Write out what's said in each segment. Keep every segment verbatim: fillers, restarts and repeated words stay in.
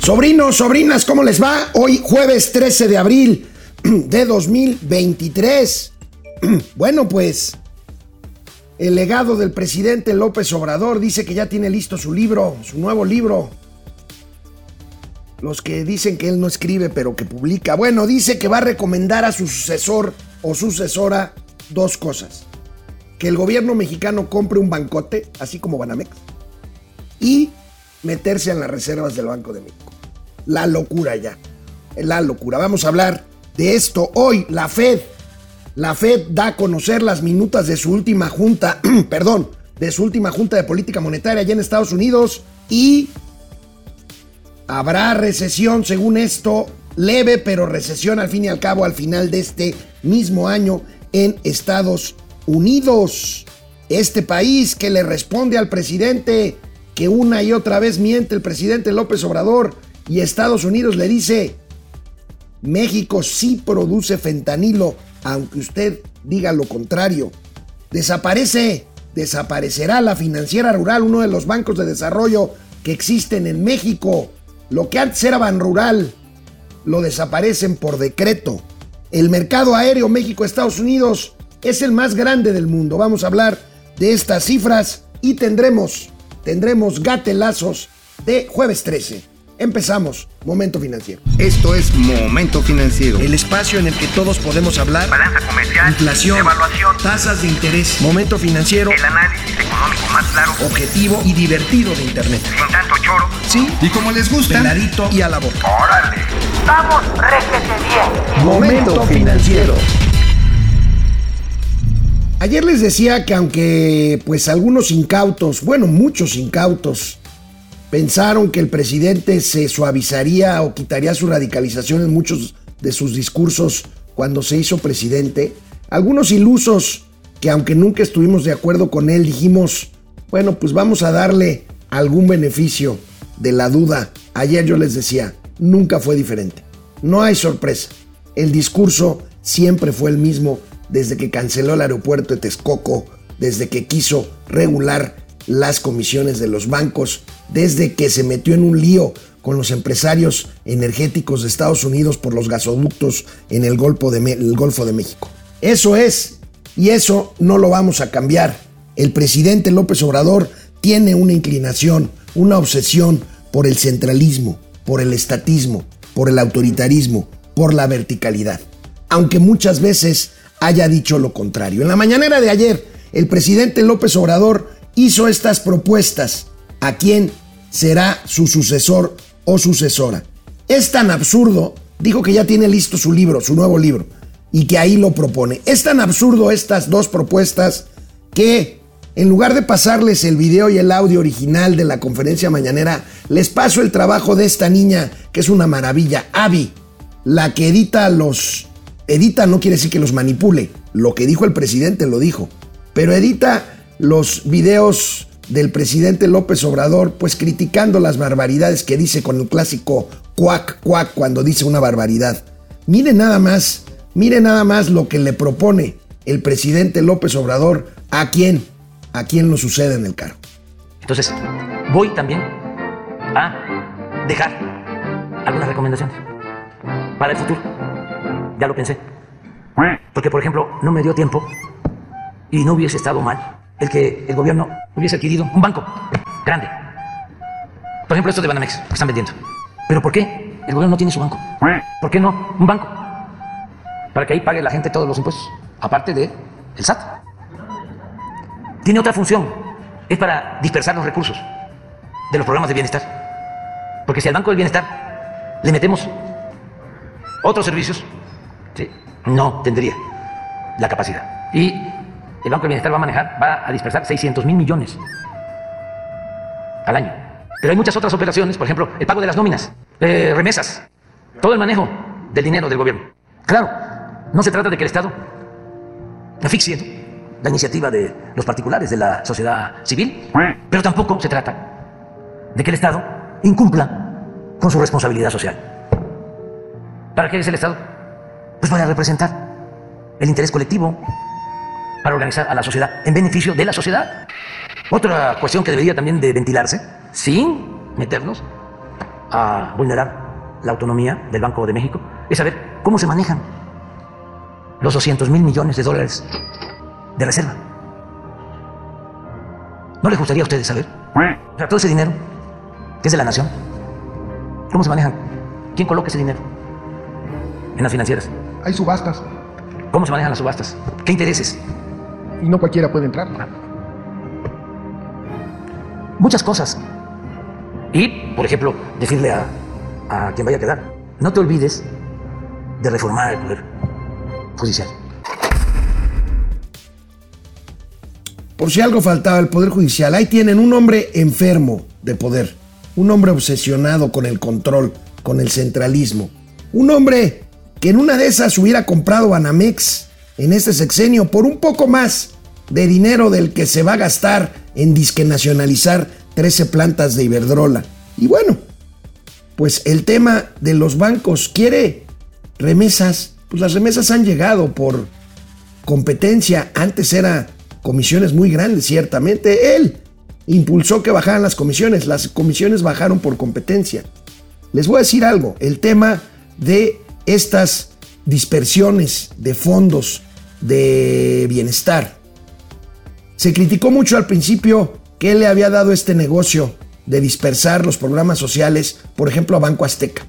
Sobrinos, sobrinas, ¿cómo les va? Hoy jueves trece de abril de dos mil veintitrés. Bueno, pues el legado del presidente López Obrador dice que ya tiene listo su libro, su nuevo libro. Los que dicen que él no escribe, pero que publica. Bueno, dice que va a recomendar a su sucesor o sucesora dos cosas. Que el gobierno mexicano compre un bancote, así como Banamex, y meterse en las reservas del Banco de México. La locura ya, la locura. Vamos a hablar de esto hoy. La Fed, la Fed da a conocer las minutas de su última junta, perdón, de su última junta de política monetaria allá en Estados Unidos, y habrá recesión, según esto, leve, pero recesión al fin y al cabo al final de este mismo año en Estados Unidos. Este país que le responde al presidente, que una y otra vez miente el presidente López Obrador, y Estados Unidos le dice: México sí produce fentanilo, aunque usted diga lo contrario. Desaparece, desaparecerá la Financiera Rural, uno de los bancos de desarrollo que existen en México. Lo que antes era Banrural, lo desaparecen por decreto. El mercado aéreo México-Estados Unidos es el más grande del mundo. Vamos a hablar de estas cifras y tendremos, tendremos gatelazos de jueves trece. Empezamos, Momento Financiero. Esto es Momento Financiero. El espacio en el que todos podemos hablar. Balanza comercial, inflación, evaluación, tasas de interés. Momento Financiero. El análisis económico más claro, objetivo y divertido de Internet. sin tanto choro. Sí. Y como les gusta, Peladito y a la boca. ¡Órale! ¡Vamos, réjete bien! Momento Financiero. Ayer les decía que aunque pues algunos incautos, bueno, muchos incautos, pensaron que el presidente se suavizaría o quitaría su radicalización en muchos de sus discursos cuando se hizo presidente, algunos ilusos que aunque nunca estuvimos de acuerdo con él, dijimos, bueno, pues vamos a darle algún beneficio de la duda. Ayer yo les decía, nunca fue diferente. No hay sorpresa. El discurso siempre fue el mismo desde que canceló el aeropuerto de Texcoco, desde que quiso regular las comisiones de los bancos, desde que se metió en un lío con los empresarios energéticos de Estados Unidos por los gasoductos en el Golfo de, el Golfo de México. Eso es, y eso no lo vamos a cambiar. El presidente López Obrador tiene una inclinación, una obsesión por el centralismo, por el estatismo, por el autoritarismo, por la verticalidad, aunque muchas veces haya dicho lo contrario. En la mañanera de ayer, el presidente López Obrador hizo estas propuestas a quién será su sucesor o sucesora. Es tan absurdo, dijo que ya tiene listo su libro, su nuevo libro, y que ahí lo propone. Es tan absurdo estas dos propuestas que en lugar de pasarles el video y el audio original de la conferencia mañanera, les paso el trabajo de esta niña que es una maravilla, Abby, la que edita los... Edita no quiere decir que los manipule, lo que dijo el presidente lo dijo, pero edita los videos del presidente López Obrador, pues criticando las barbaridades que dice con el clásico cuac, cuac, cuando dice una barbaridad. Mire nada más, mire nada más lo que le propone el presidente López Obrador a quién, a quién lo sucede en el cargo. Entonces, voy también a dejar algunas recomendaciones para el futuro. Ya lo pensé. Porque, por ejemplo, no me dio tiempo y no hubiese estado mal el que el gobierno hubiese adquirido un banco grande. Por ejemplo, estos de Banamex que están vendiendo. ¿Pero por qué el gobierno no tiene su banco? ¿Por qué no un banco? Para que ahí pague la gente todos los impuestos, aparte de el S A T. Tiene otra función, es para dispersar los recursos de los programas de bienestar. Porque si al Banco del Bienestar le metemos otros servicios, ¿sí?, no tendría la capacidad. Y el Banco del Bienestar va a manejar, va a dispersar seiscientos mil millones al año. Pero hay muchas otras operaciones, por ejemplo, el pago de las nóminas, eh, remesas, todo el manejo del dinero del gobierno. Claro, no se trata de que el Estado asfixie, ¿no?, la iniciativa de los particulares, de la sociedad civil, pero tampoco se trata de que el Estado incumpla con su responsabilidad social. ¿Para qué es el Estado? Pues para representar el interés colectivo, para organizar a la sociedad en beneficio de la sociedad. Otra cuestión que debería también de ventilarse, sin meternos a vulnerar la autonomía del Banco de México es saber cómo se manejan los doscientos mil millones de dólares de reserva. ¿No les gustaría a ustedes saber? O sea, todo ese dinero que es de la nación, ¿cómo se manejan? ¿Quién coloca ese dinero en las financieras? Hay subastas. ¿Cómo se manejan las subastas? ¿Qué intereses? Y no cualquiera puede entrar. Muchas cosas. Y, por ejemplo, decirle a, a quien vaya a quedar, no te olvides de reformar el Poder Judicial. Por si algo faltaba, el Poder Judicial. Ahí tienen un hombre enfermo de poder, un hombre obsesionado con el control, con el centralismo, un hombre que en una de esas hubiera comprado Banamex en este sexenio por un poco más de dinero del que se va a gastar en disque nacionalizar trece plantas de Iberdrola. Y bueno, pues el tema de los bancos, quiere remesas, pues las remesas han llegado por competencia. Antes era comisiones muy grandes, ciertamente. Él impulsó que bajaran las comisiones, las comisiones bajaron por competencia. Les voy a decir algo, el tema de estas dispersiones de fondos de bienestar. Se criticó mucho al principio que él le había dado este negocio de dispersar los programas sociales, por ejemplo, a Banco Azteca,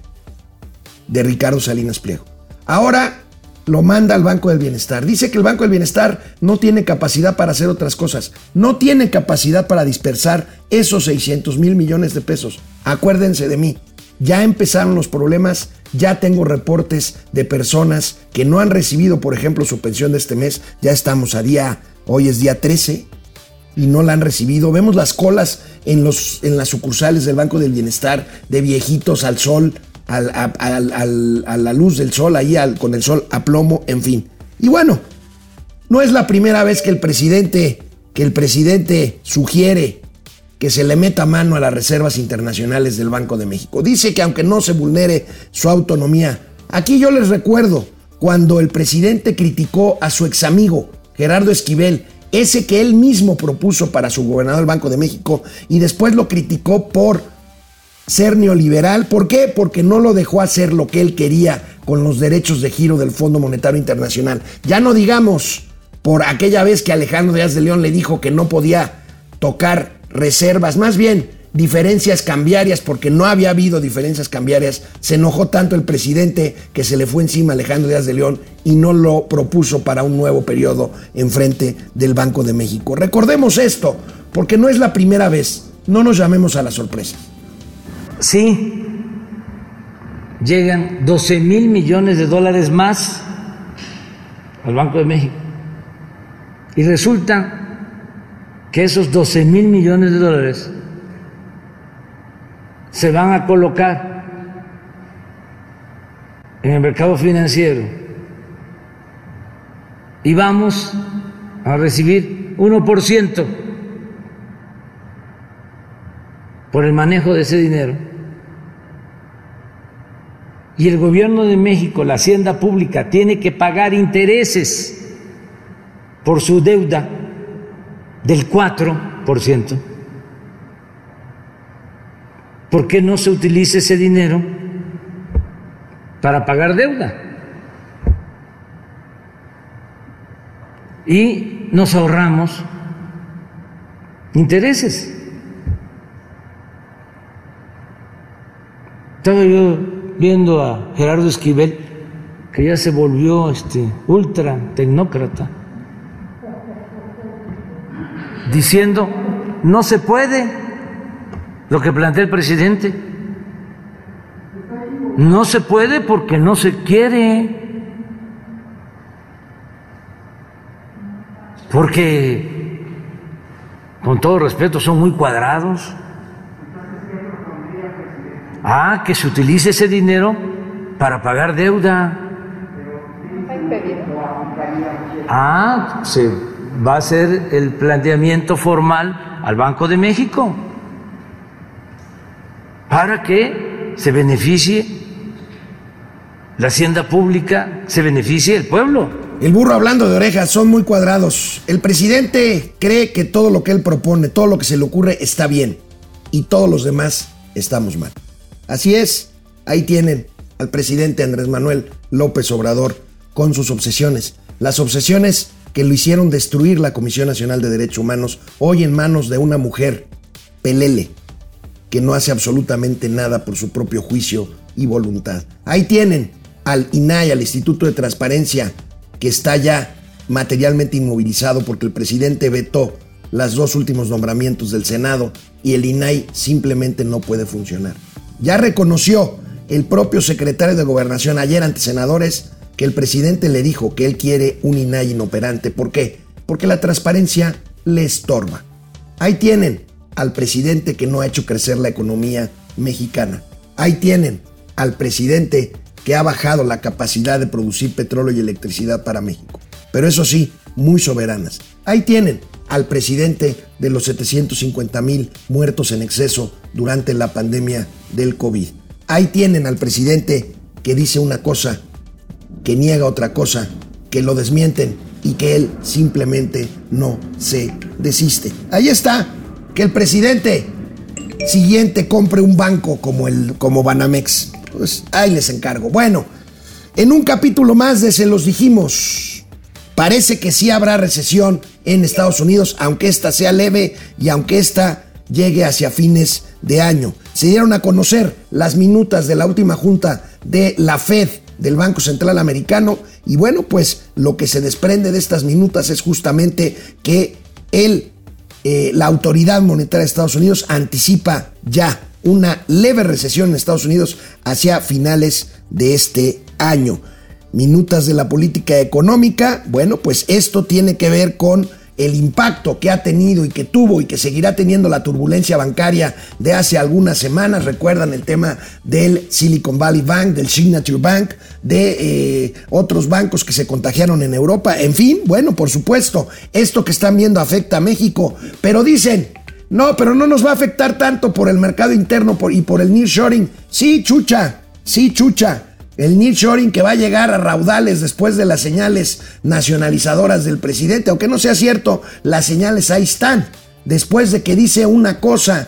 de Ricardo Salinas Pliego. Ahora lo manda al Banco del Bienestar. Dice que el Banco del Bienestar no tiene capacidad para hacer otras cosas. No tiene capacidad para dispersar esos seiscientos mil millones de pesos. Acuérdense de mí. Ya empezaron los problemas, ya tengo reportes de personas que no han recibido, por ejemplo, su pensión de este mes. Ya estamos a día, hoy es día trece, y no la han recibido. Vemos las colas en, los, en las sucursales del Banco del Bienestar, de viejitos al sol, al, a, al, al, a la luz del sol, ahí al, con el sol a plomo, en fin. Y bueno, no es la primera vez que el presidente, que el presidente sugiere que se le meta mano a las reservas internacionales del Banco de México. Dice que aunque no se vulnere su autonomía, aquí yo les recuerdo cuando el presidente criticó a su ex amigo Gerardo Esquivel, ese que él mismo propuso para su gobernador del Banco de México, y después lo criticó por ser neoliberal. ¿Por qué? Porque no lo dejó hacer lo que él quería con los derechos de giro del Fondo Monetario Internacional. Ya no digamos por aquella vez que Alejandro Díaz de León le dijo que no podía tocar reservas, más bien diferencias cambiarias, porque no había habido diferencias cambiarias. Se enojó tanto el presidente que se le fue encima a Alejandro Díaz de León y no lo propuso para un nuevo periodo en frente del Banco de México. Recordemos esto, porque no es la primera vez. No nos llamemos a la sorpresa. Sí, llegan doce mil millones de dólares más al Banco de México. Y resulta que esos doce mil millones de dólares se van a colocar en el mercado financiero y vamos a recibir uno por ciento por el manejo de ese dinero. Y el gobierno de México, la hacienda pública, tiene que pagar intereses por su deuda del cuatro por ciento. ¿Por qué no se utiliza ese dinero para pagar deuda? Y nos ahorramos intereses. Estaba yo viendo a Gerardo Esquivel, que ya se volvió este ultra tecnócrata, diciendo, no se puede lo que plantea el presidente, no se puede porque no se quiere, porque, con todo respeto, son muy cuadrados. Ah, que se utilice ese dinero para pagar deuda. Ah, se va a hacer el planteamiento formal al Banco de México para que se beneficie la hacienda pública, se beneficie el pueblo. El burro hablando de orejas, son muy cuadrados. El presidente cree que todo lo que él propone, todo lo que se le ocurre está bien, y todos los demás estamos mal. Así es, ahí tienen al presidente Andrés Manuel López Obrador con sus obsesiones. Las obsesiones que lo hicieron destruir la Comisión Nacional de Derechos Humanos, hoy en manos de una mujer pelele, que no hace absolutamente nada por su propio juicio y voluntad. Ahí tienen al I N A I, al Instituto de Transparencia, que está ya materialmente inmovilizado porque el presidente vetó los dos últimos nombramientos del Senado y el I N A I simplemente no puede funcionar. Ya reconoció el propio secretario de Gobernación ayer ante senadores que el presidente le dijo que él quiere un I N A I inoperante. ¿Por qué? Porque la transparencia le estorba. Ahí tienen al presidente que no ha hecho crecer la economía mexicana. Ahí tienen al presidente que ha bajado la capacidad de producir petróleo y electricidad para México. Pero eso sí, muy soberanas. Ahí tienen al presidente de los setecientos cincuenta mil muertos en exceso durante la pandemia del COVID. Ahí tienen al presidente que dice una cosa, que niega otra cosa, que lo desmienten y que él simplemente no se desiste. Ahí está, que el presidente siguiente compre un banco como, el, como Banamex. Pues ahí les encargo. Bueno, en un capítulo más de Se los dijimos, parece que sí habrá recesión en Estados Unidos, aunque esta sea leve y aunque esta llegue hacia fines de año. Se dieron a conocer las minutas de la última junta de la Fed, del Banco Central Americano, y bueno, pues lo que se desprende de estas minutas es justamente que el, eh, la autoridad monetaria de Estados Unidos anticipa ya una leve recesión en Estados Unidos hacia finales de este año. Minutas de la política económica, bueno, pues esto tiene que ver con el impacto que ha tenido y que tuvo y que seguirá teniendo la turbulencia bancaria de hace algunas semanas. Recuerdan el tema del Silicon Valley Bank, del Signature Bank, de eh, otros bancos que se contagiaron en Europa. En fin, bueno, por supuesto, esto que están viendo afecta a México, pero dicen, no, pero no nos va a afectar tanto por el mercado interno por, y por el nearshoring. Sí, chucha, sí, chucha. El nearshoring que va a llegar a raudales después de las señales nacionalizadoras del presidente, aunque no sea cierto, las señales ahí están. Después de que dice una cosa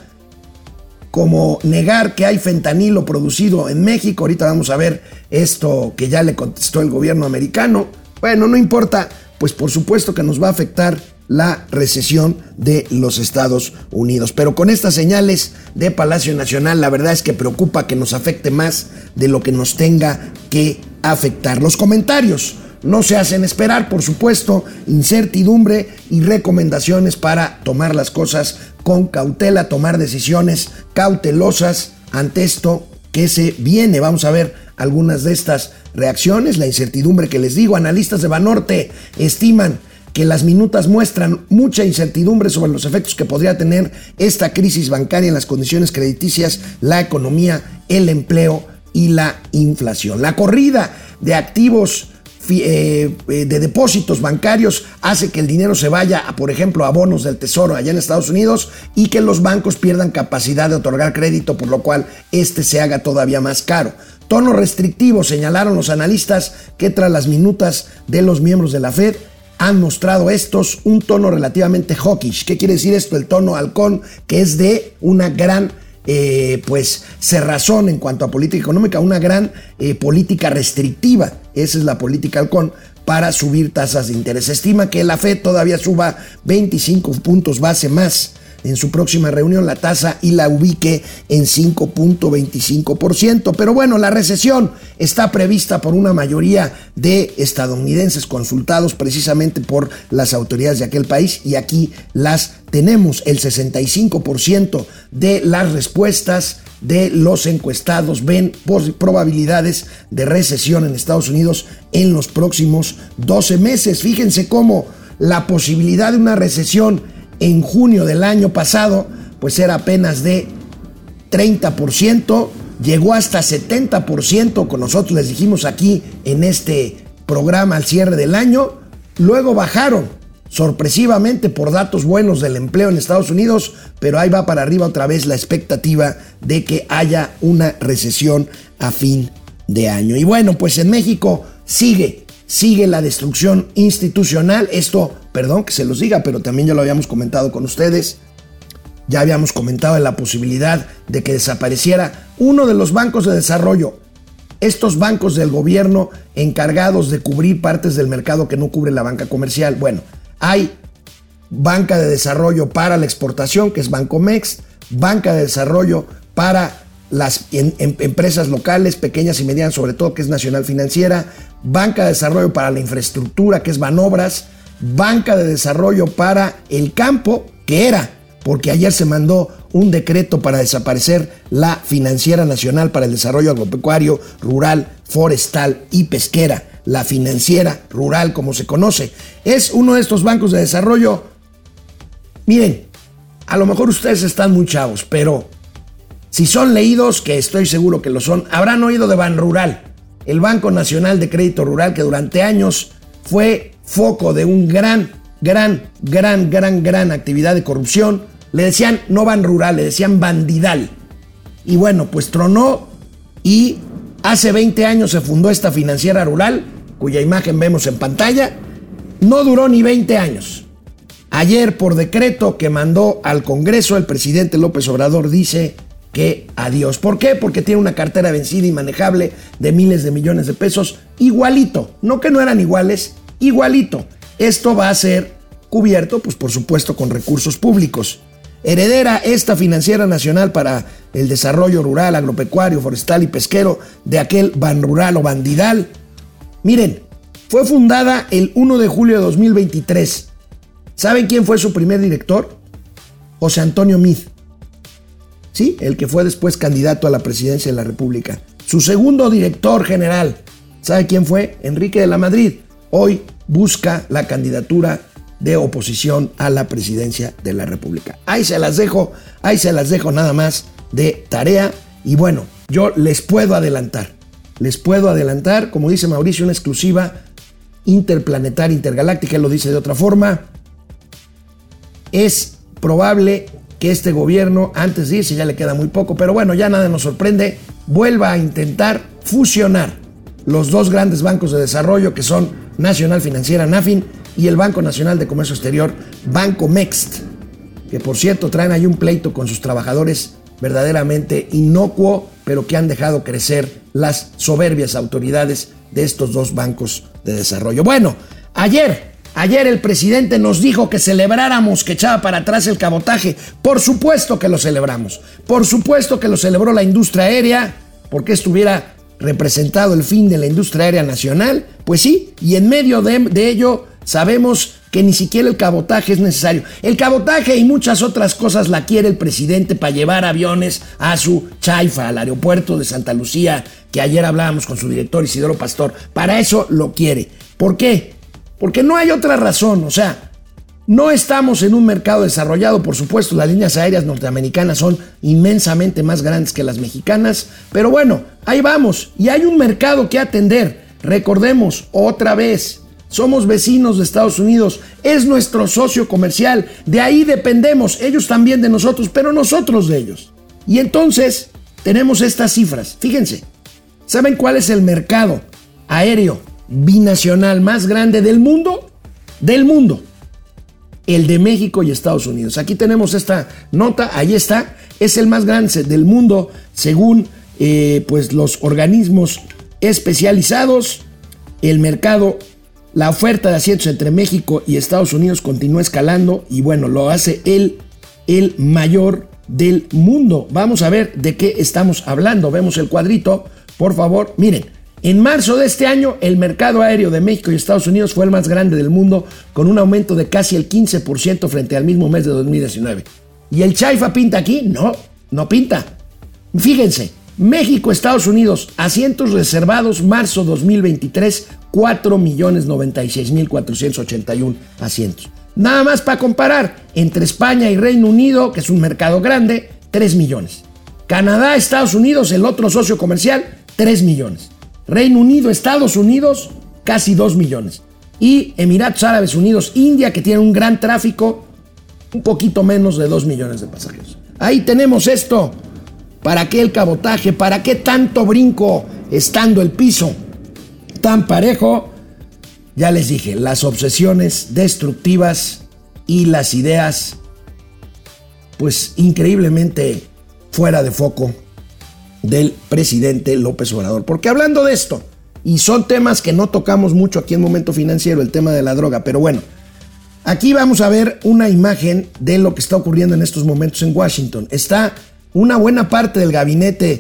como negar que hay fentanilo producido en México, ahorita vamos a ver esto que ya le contestó el gobierno americano. Bueno, no importa, pues por supuesto que nos va a afectar la recesión de los Estados Unidos. Pero con estas señales de Palacio Nacional, la verdad es que preocupa que nos afecte más de lo que nos tenga que afectar. Los comentarios no se hacen esperar, por supuesto, incertidumbre y recomendaciones para tomar las cosas con cautela, tomar decisiones cautelosas ante esto que se viene. Vamos a ver algunas de estas reacciones. La incertidumbre que les digo, analistas de Banorte estiman que las minutas muestran mucha incertidumbre sobre los efectos que podría tener esta crisis bancaria en las condiciones crediticias, la economía, el empleo y la inflación. La corrida de activos eh, de depósitos bancarios hace que el dinero se vaya, a, por ejemplo, a bonos del Tesoro allá en Estados Unidos y que los bancos pierdan capacidad de otorgar crédito, por lo cual este se haga todavía más caro. Tono restrictivo, señalaron los analistas que tras las minutas de los miembros de la Fed han mostrado estos un tono relativamente hawkish. ¿Qué quiere decir esto? El tono halcón, que es de una gran eh, pues cerrazón en cuanto a política económica, una gran eh, política restrictiva. Esa es la política halcón para subir tasas de interés. Se estima que la Fed todavía suba veinticinco puntos base más en su próxima reunión la tasa y la ubique en cinco punto veinticinco por ciento. Pero bueno, la recesión está prevista por una mayoría de estadounidenses consultados precisamente por las autoridades de aquel país, y aquí las tenemos. El sesenta y cinco por ciento de las respuestas de los encuestados ven probabilidades de recesión en Estados Unidos en los próximos doce meses. Fíjense cómo la posibilidad de una recesión en junio del año pasado pues era apenas de treinta por ciento, llegó hasta setenta por ciento, con nosotros les dijimos aquí en este programa al cierre del año. Luego bajaron sorpresivamente por datos buenos del empleo en Estados Unidos, pero ahí va para arriba otra vez la expectativa de que haya una recesión a fin de año. Y bueno, pues en México sigue Sigue la destrucción institucional. Esto, perdón que se los diga, pero también ya lo habíamos comentado con ustedes. Ya habíamos comentado de la posibilidad de que desapareciera Uno de los bancos de desarrollo, estos bancos del gobierno encargados de cubrir partes del mercado que no cubre la banca comercial. Bueno, hay banca de desarrollo para la exportación, que es Bancomext, banca de desarrollo para las en, en, empresas locales, pequeñas y medianas, sobre todo, que es Nacional Financiera, banca de desarrollo para la infraestructura, que es Banobras, banca de desarrollo para el campo, que era, porque ayer se mandó un decreto para desaparecer la Financiera Nacional para el Desarrollo Agropecuario, Rural, Forestal y Pesquera, la Financiera Rural, como se conoce. Es uno de estos bancos de desarrollo. Miren, a lo mejor ustedes están muy chavos, pero si son leídos, que estoy seguro que lo son, habrán oído de Banrural, el Banco Nacional de Crédito Rural, que durante años fue foco de un gran, gran, gran, gran, gran actividad de corrupción. Le decían no Banrural, le decían Bandidal. Y bueno, pues tronó y hace veinte años se fundó esta Financiera Rural, cuya imagen vemos en pantalla. No duró ni veinte años. Ayer, por decreto que mandó al Congreso, el presidente López Obrador dice que adiós. ¿Por qué? Porque tiene una cartera vencida y manejable de miles de millones de pesos, igualito. No que no eran iguales, igualito. Esto va a ser cubierto, pues por supuesto, con recursos públicos. Heredera esta Financiera Nacional para el Desarrollo Rural, Agropecuario, Forestal y Pesquero de aquel Banrural o Bandidal. Miren, fue fundada el primero de julio de dos mil veintitrés. ¿Saben quién fue su primer director? José Antonio Meade. Sí, el que fue después candidato a la presidencia de la República. Su segundo director general, ¿sabe quién fue? Enrique de la Madrid. Hoy busca la candidatura de oposición a la presidencia de la República. Ahí se las dejo, ahí se las dejo nada más de tarea. Y bueno, yo les puedo adelantar, les puedo adelantar, como dice Mauricio, una exclusiva interplanetaria, intergaláctica, él lo dice de otra forma. Es probable que este gobierno, antes de irse, ya le queda muy poco, pero bueno, ya nada nos sorprende, vuelva a intentar fusionar los dos grandes bancos de desarrollo que son Nacional Financiera, Nafin, y el Banco Nacional de Comercio Exterior, Bancomext, que por cierto traen ahí un pleito con sus trabajadores verdaderamente inocuo, pero que han dejado crecer las soberbias autoridades de estos dos bancos de desarrollo. Bueno, ayer... Ayer el presidente nos dijo que celebráramos que echaba para atrás el cabotaje. Por supuesto que lo celebramos. Por supuesto que lo celebró la industria aérea, porque estuviera representado el fin de la industria aérea nacional. Pues sí, y en medio de, de ello sabemos que ni siquiera el cabotaje es necesario. El cabotaje y muchas otras cosas la quiere el presidente para llevar aviones a su chaifa, al aeropuerto de Santa Lucía, que ayer hablábamos con su director Isidoro Pastor. Para eso lo quiere. ¿Por qué? Porque no hay otra razón, o sea, no estamos en un mercado desarrollado, por supuesto, las líneas aéreas norteamericanas son inmensamente más grandes que las mexicanas, pero bueno, ahí vamos, y hay un mercado que atender. Recordemos, otra vez, somos vecinos de Estados Unidos, es nuestro socio comercial, de ahí dependemos, ellos también de nosotros, pero nosotros de ellos. Y entonces, tenemos estas cifras, fíjense, ¿saben cuál es el mercado aéreo binacional más grande del mundo? Del mundo. El de México y Estados Unidos. Aquí tenemos esta nota, ahí está. Es el más grande del mundo según eh, pues los organismos especializados. El mercado, la oferta de asientos entre México y Estados Unidos continúa escalando y bueno, lo hace el, el mayor del mundo. Vamos a ver de qué estamos hablando. Vemos el cuadrito, por favor. Miren. En marzo de este año, el mercado aéreo de México y Estados Unidos fue el más grande del mundo, con un aumento de casi el quince por ciento frente al mismo mes de dos mil diecinueve. ¿Y el chaifa pinta aquí? No, no pinta. Fíjense, México, Estados Unidos, asientos reservados, marzo dos mil veintitrés, cuatro millones noventa y seis mil cuatrocientos ochenta y uno asientos. Nada más para comparar, entre España y Reino Unido, que es un mercado grande, tres millones. Canadá, Estados Unidos, el otro socio comercial, tres millones. Reino Unido, Estados Unidos, casi dos millones. Y Emiratos Árabes Unidos, India, que tiene un gran tráfico, un poquito menos de dos millones de pasajeros. Ahí tenemos esto. ¿Para qué el cabotaje? ¿Para qué tanto brinco estando el piso tan parejo? Ya les dije, las obsesiones destructivas y las ideas, pues increíblemente fuera de foco del presidente López Obrador. Porque hablando de esto, y son temas que no tocamos mucho aquí en Momento Financiero, el tema de la droga, pero bueno, aquí vamos a ver una imagen de lo que está ocurriendo en estos momentos en Washington. Está una buena parte del gabinete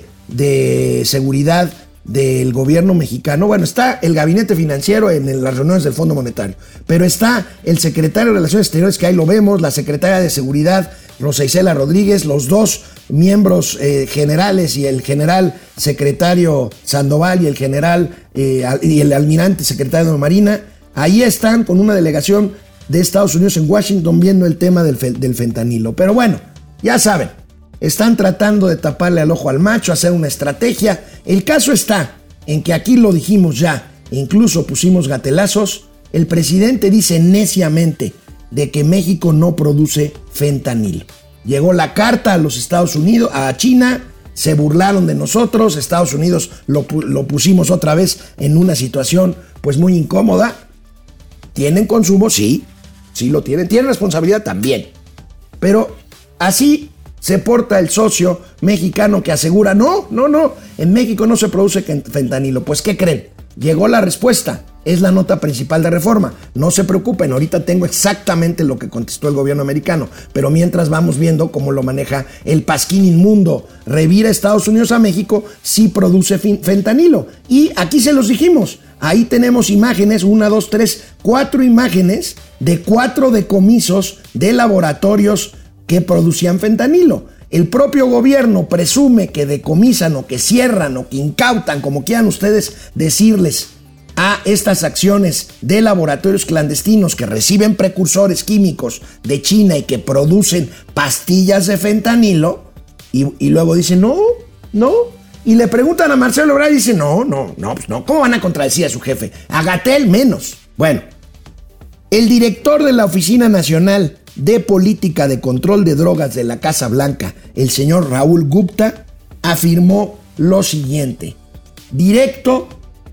de seguridad del gobierno mexicano. Bueno, está el gabinete financiero en las reuniones del Fondo Monetario, pero está el secretario de Relaciones Exteriores, que ahí lo vemos, la secretaria de Seguridad, Rosa Isela Rodríguez, los dos miembros eh, generales y el general secretario Sandoval y el general eh, y el almirante secretario de Marina. Ahí están con una delegación de Estados Unidos en Washington viendo el tema del, del fentanilo. Pero bueno, ya saben, están tratando de taparle al ojo al macho, hacer una estrategia. El caso está en que aquí lo dijimos ya, incluso pusimos gatelazos. El presidente dice neciamente de que México no produce fentanilo. Llegó la carta a los Estados Unidos, a China, se burlaron de nosotros. Estados Unidos lo, lo pusimos otra vez en una situación pues muy incómoda. ¿Tienen consumo? Sí, sí lo tienen. ¿Tienen responsabilidad? También. Pero así se porta el socio mexicano que asegura, no, no, no, en México no se produce fentanilo. Pues, ¿qué creen? Llegó la respuesta. Es la nota principal de Reforma. No se preocupen, ahorita tengo exactamente lo que contestó el gobierno americano, pero mientras vamos viendo cómo lo maneja el pasquín inmundo. Revira Estados Unidos a México, sí produce fentanilo. Y aquí se los dijimos. Ahí tenemos imágenes, una, dos, tres, cuatro imágenes de cuatro decomisos de laboratorios que producían fentanilo. El propio gobierno presume que decomisan o que cierran o que incautan, como quieran ustedes decirles, a estas acciones de laboratorios clandestinos que reciben precursores químicos de China y que producen pastillas de fentanilo, y, y luego dicen, no, no. Y le preguntan a Marcelo Ebrard y dice, no, no, no, pues no, ¿cómo van a contradecir a su jefe? A Gatell menos. Bueno, el director de la Oficina Nacional de Política de Control de Drogas de la Casa Blanca, el señor Raúl Gupta, afirmó lo siguiente, directo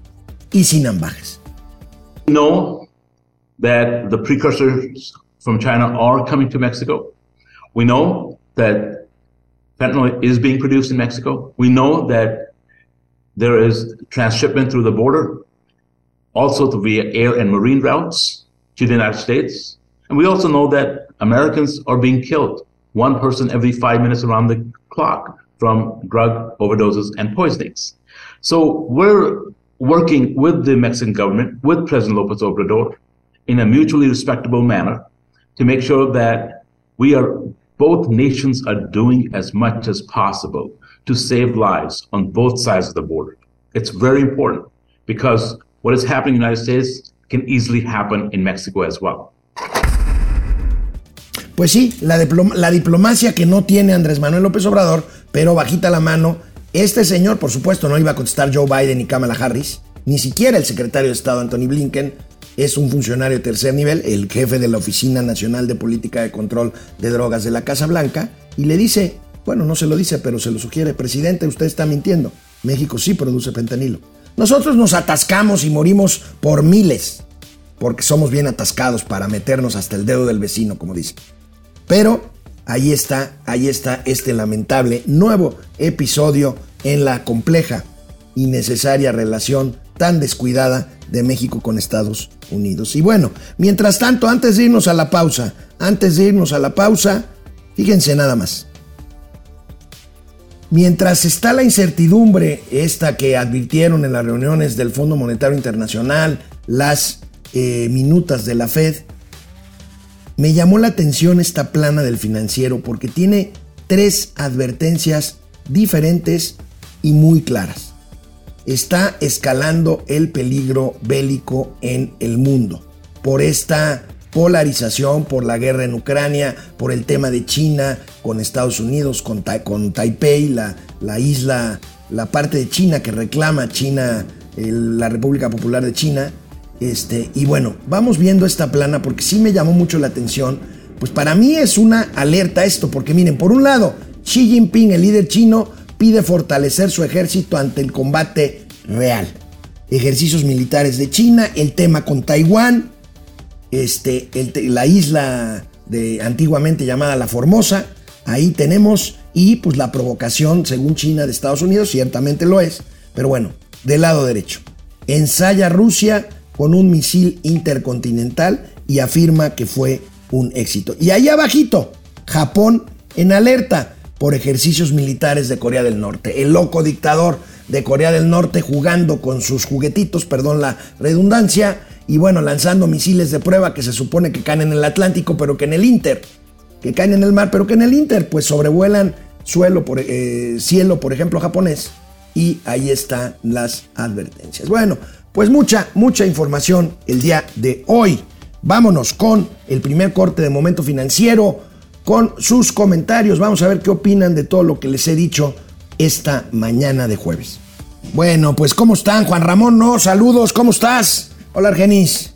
y sin ambajes. We know that the precursors from China are coming to Mexico. We know that fentanyl is being produced in Mexico. We know that there is transshipment through the border, also via air and marine routes to the United States. And we also know that Americans are being killed, one person every five minutes around the clock, from drug overdoses and poisonings. So we're working with the Mexican government, with President López Obrador, in a mutually respectable manner to make sure that we are, both nations are doing as much as possible to save lives on both sides of the border. It's very important because what is happening in the United States can easily happen in Mexico as well. Pues sí, la, diplom- la diplomacia que no tiene Andrés Manuel López Obrador, pero bajita la mano. Este señor, por supuesto, no iba a contestar Joe Biden ni Kamala Harris, ni siquiera el secretario de Estado Anthony Blinken. Es un funcionario de tercer nivel, el jefe de la Oficina Nacional de Política de Control de Drogas de la Casa Blanca, y le dice, bueno, no se lo dice, pero se lo sugiere, presidente, usted está mintiendo. México sí produce fentanilo. Nosotros nos atascamos y morimos por miles, porque somos bien atascados para meternos hasta el dedo del vecino, como dice. Pero ahí está, ahí está este lamentable nuevo episodio en la compleja y necesaria relación tan descuidada de México con Estados Unidos. Y bueno, mientras tanto, antes de irnos a la pausa, antes de irnos a la pausa, fíjense nada más. Mientras está la incertidumbre esta que advirtieron en las reuniones del Fondo Monetario Internacional, las eh, minutas de la Fed, me llamó la atención esta plana del Financiero porque tiene tres advertencias diferentes y muy claras. Está escalando el peligro bélico en el mundo por esta polarización, por la guerra en Ucrania, por el tema de China con Estados Unidos, con, ta- con Taipei, la, la isla, la parte de China que reclama China, el, la República Popular de China. Este, y bueno, vamos viendo esta plana porque sí me llamó mucho la atención. Pues para mí es una alerta esto, porque miren, por un lado, Xi Jinping, el líder chino, pide fortalecer su ejército ante el combate real. Ejercicios militares de China, el tema con Taiwán, este, el, la isla de, antiguamente llamada La Formosa, ahí tenemos, y pues la provocación, según China, de Estados Unidos, ciertamente lo es, pero bueno, del lado derecho. Ensaya Rusia con un misil intercontinental y afirma que fue un éxito. Y ahí abajito, Japón en alerta por ejercicios militares de Corea del Norte. El loco dictador de Corea del Norte jugando con sus juguetitos, perdón la redundancia, y bueno, lanzando misiles de prueba que se supone que caen en el Atlántico, pero que en el Inter, que caen en el mar, pero que en el Inter pues sobrevuelan suelo por, eh, cielo, por ejemplo, japonés, y ahí están las advertencias. Bueno, pues mucha, mucha información el día de hoy. Vámonos con el primer corte de Momento Financiero, con sus comentarios. Vamos a ver qué opinan de todo lo que les he dicho esta mañana de jueves. Bueno, pues ¿cómo están? Juan Ramón, no, saludos, ¿cómo estás? Hola, Argenis.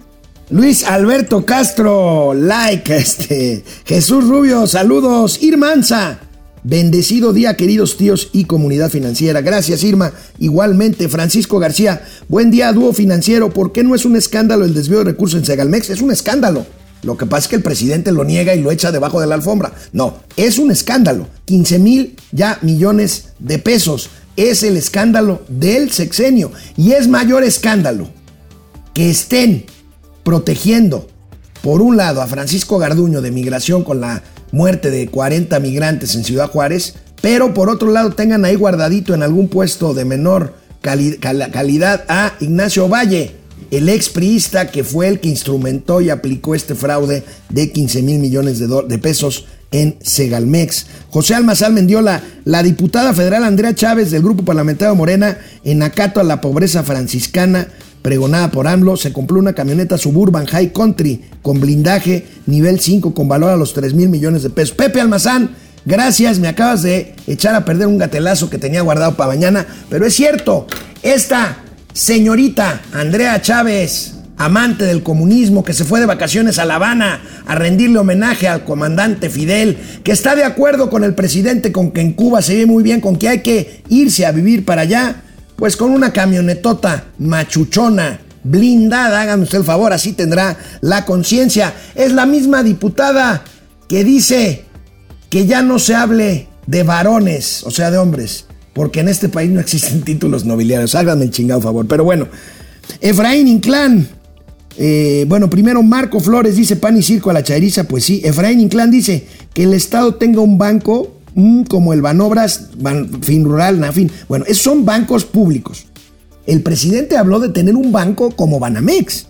Luis Alberto Castro, like, este, Jesús Rubio, saludos. Irma Anza, bendecido día, queridos tíos y comunidad financiera. Gracias, Irma. Igualmente, Francisco García, buen día, dúo financiero. ¿Por qué no es un escándalo el desvío de recursos en Segalmex? Es un escándalo. Lo que pasa es que el presidente lo niega y lo echa debajo de la alfombra. No, es un escándalo. quince mil ya millones de pesos. Es el escándalo del sexenio. Y es mayor escándalo que estén protegiendo, por un lado, a Francisco Garduño de migración con la muerte de cuarenta migrantes en Ciudad Juárez, pero por otro lado tengan ahí guardadito en algún puesto de menor cali- cal- calidad a Ignacio Valle, el expriista que fue el que instrumentó y aplicó este fraude de quince mil millones de, do- de pesos en Segalmex. José Almazán Mendiola, la diputada federal Andrea Chávez del Grupo Parlamentario Morena, en acato a la pobreza franciscana pregonada por AMLO, se compró una camioneta Suburban High Country con blindaje nivel cinco con valor a los tres mil millones de pesos. Pepe Almazán, gracias, me acabas de echar a perder un gatelazo que tenía guardado para mañana, pero es cierto, esta señorita Andrea Chávez, amante del comunismo, que se fue de vacaciones a La Habana a rendirle homenaje al comandante Fidel, que está de acuerdo con el presidente con que en Cuba se ve muy bien, con que hay que irse a vivir para allá, pues con una camionetota machuchona, blindada, háganme usted el favor, así tendrá la conciencia. Es la misma diputada que dice que ya no se hable de varones, o sea, de hombres, porque en este país no existen títulos nobiliarios. Háganme el chingado favor. Pero bueno, Efraín Inclán, eh, bueno, primero Marco Flores dice pan y circo a la chairiza. Pues sí, Efraín Inclán dice que el Estado tenga un banco mmm, como el Banobras, Ban, Fin Rural, Nafin. Bueno, esos son bancos públicos. El presidente habló de tener un banco como Banamex,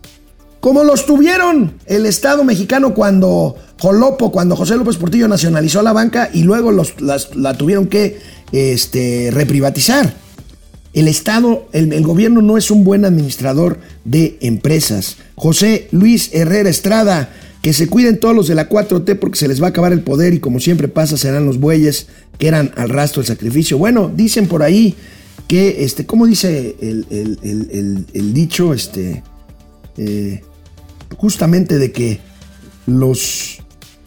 como los tuvieron el Estado mexicano cuando Jolopo, cuando José López Portillo nacionalizó la banca y luego los, las, la tuvieron que este, reprivatizar. El Estado, el, el gobierno no es un buen administrador de empresas. José Luis Herrera Estrada, que se cuiden todos los de la cuatro T porque se les va a acabar el poder y como siempre pasa serán los bueyes que eran al rastro del sacrificio. Bueno, dicen por ahí que, este, ¿cómo dice el, el, el, el, el dicho? Este, eh, justamente de que los,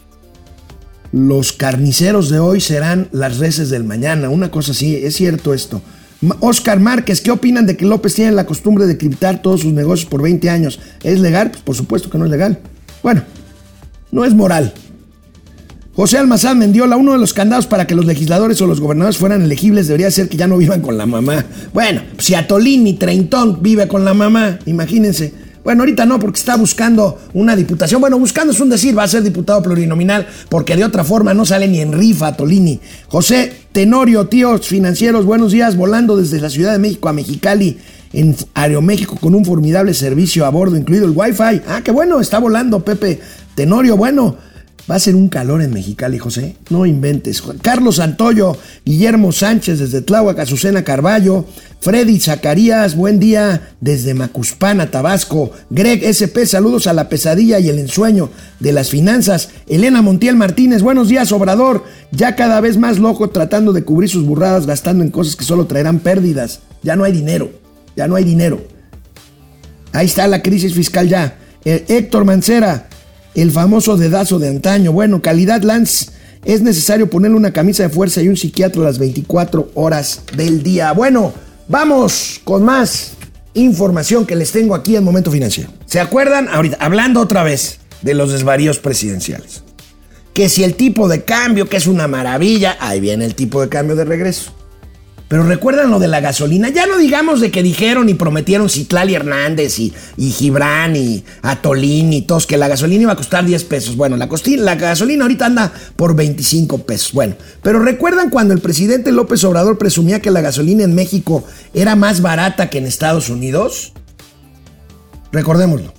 los carniceros de hoy serán las reses del mañana, una cosa así, es cierto esto. Oscar Márquez, ¿qué opinan de que López tiene la costumbre de criptar todos sus negocios por veinte años? ¿Es legal? Pues por supuesto que no es legal. Bueno, no es moral. José Almazán Mendiola, uno de los candados para que los legisladores o los gobernadores fueran elegibles debería ser que ya no vivan con la mamá. Bueno, si Atolini Treintón vive con la mamá, imagínense. Bueno, ahorita no, porque está buscando una diputación. Bueno, buscando es un decir, va a ser diputado plurinominal, porque de otra forma no sale ni en rifa Tolini. José Tenorio, tíos financieros, buenos días, volando desde la Ciudad de México a Mexicali, en Aeroméxico, con un formidable servicio a bordo, incluido el Wi-Fi. Ah, qué bueno, está volando Pepe Tenorio, bueno. Va a ser un calor en Mexicali, José. No inventes. Carlos Santoyo, Guillermo Sánchez desde Tláhuac, Azucena Carballo, Freddy Zacarías, buen día desde Macuspana, Tabasco. Greg S P, saludos a la pesadilla y el ensueño de las finanzas. Elena Montiel Martínez, buenos días, Obrador. Ya cada vez más loco tratando de cubrir sus burradas, gastando en cosas que solo traerán pérdidas. Ya no hay dinero, ya no hay dinero. Ahí está la crisis fiscal ya. Eh, Héctor Mancera, el famoso dedazo de antaño. Bueno, Calidad Lance, es necesario ponerle una camisa de fuerza y un psiquiatra a las veinticuatro horas del día. Bueno, vamos con más información que les tengo aquí en Momento Financiero. ¿Se acuerdan? Ahorita, hablando otra vez de los desvaríos presidenciales. que si el tipo de cambio, que es una maravilla, ahí viene el tipo de cambio de regreso. Pero recuerdan lo de la gasolina, ya no digamos de que dijeron y prometieron Citlali Hernández y, y Gibran y Atolín y todos que la gasolina iba a costar diez pesos. Bueno, la, costi- la gasolina ahorita anda por veinticinco pesos. Bueno, pero recuerdan cuando el presidente López Obrador presumía que la gasolina en México era más barata que en Estados Unidos. Recordémoslo.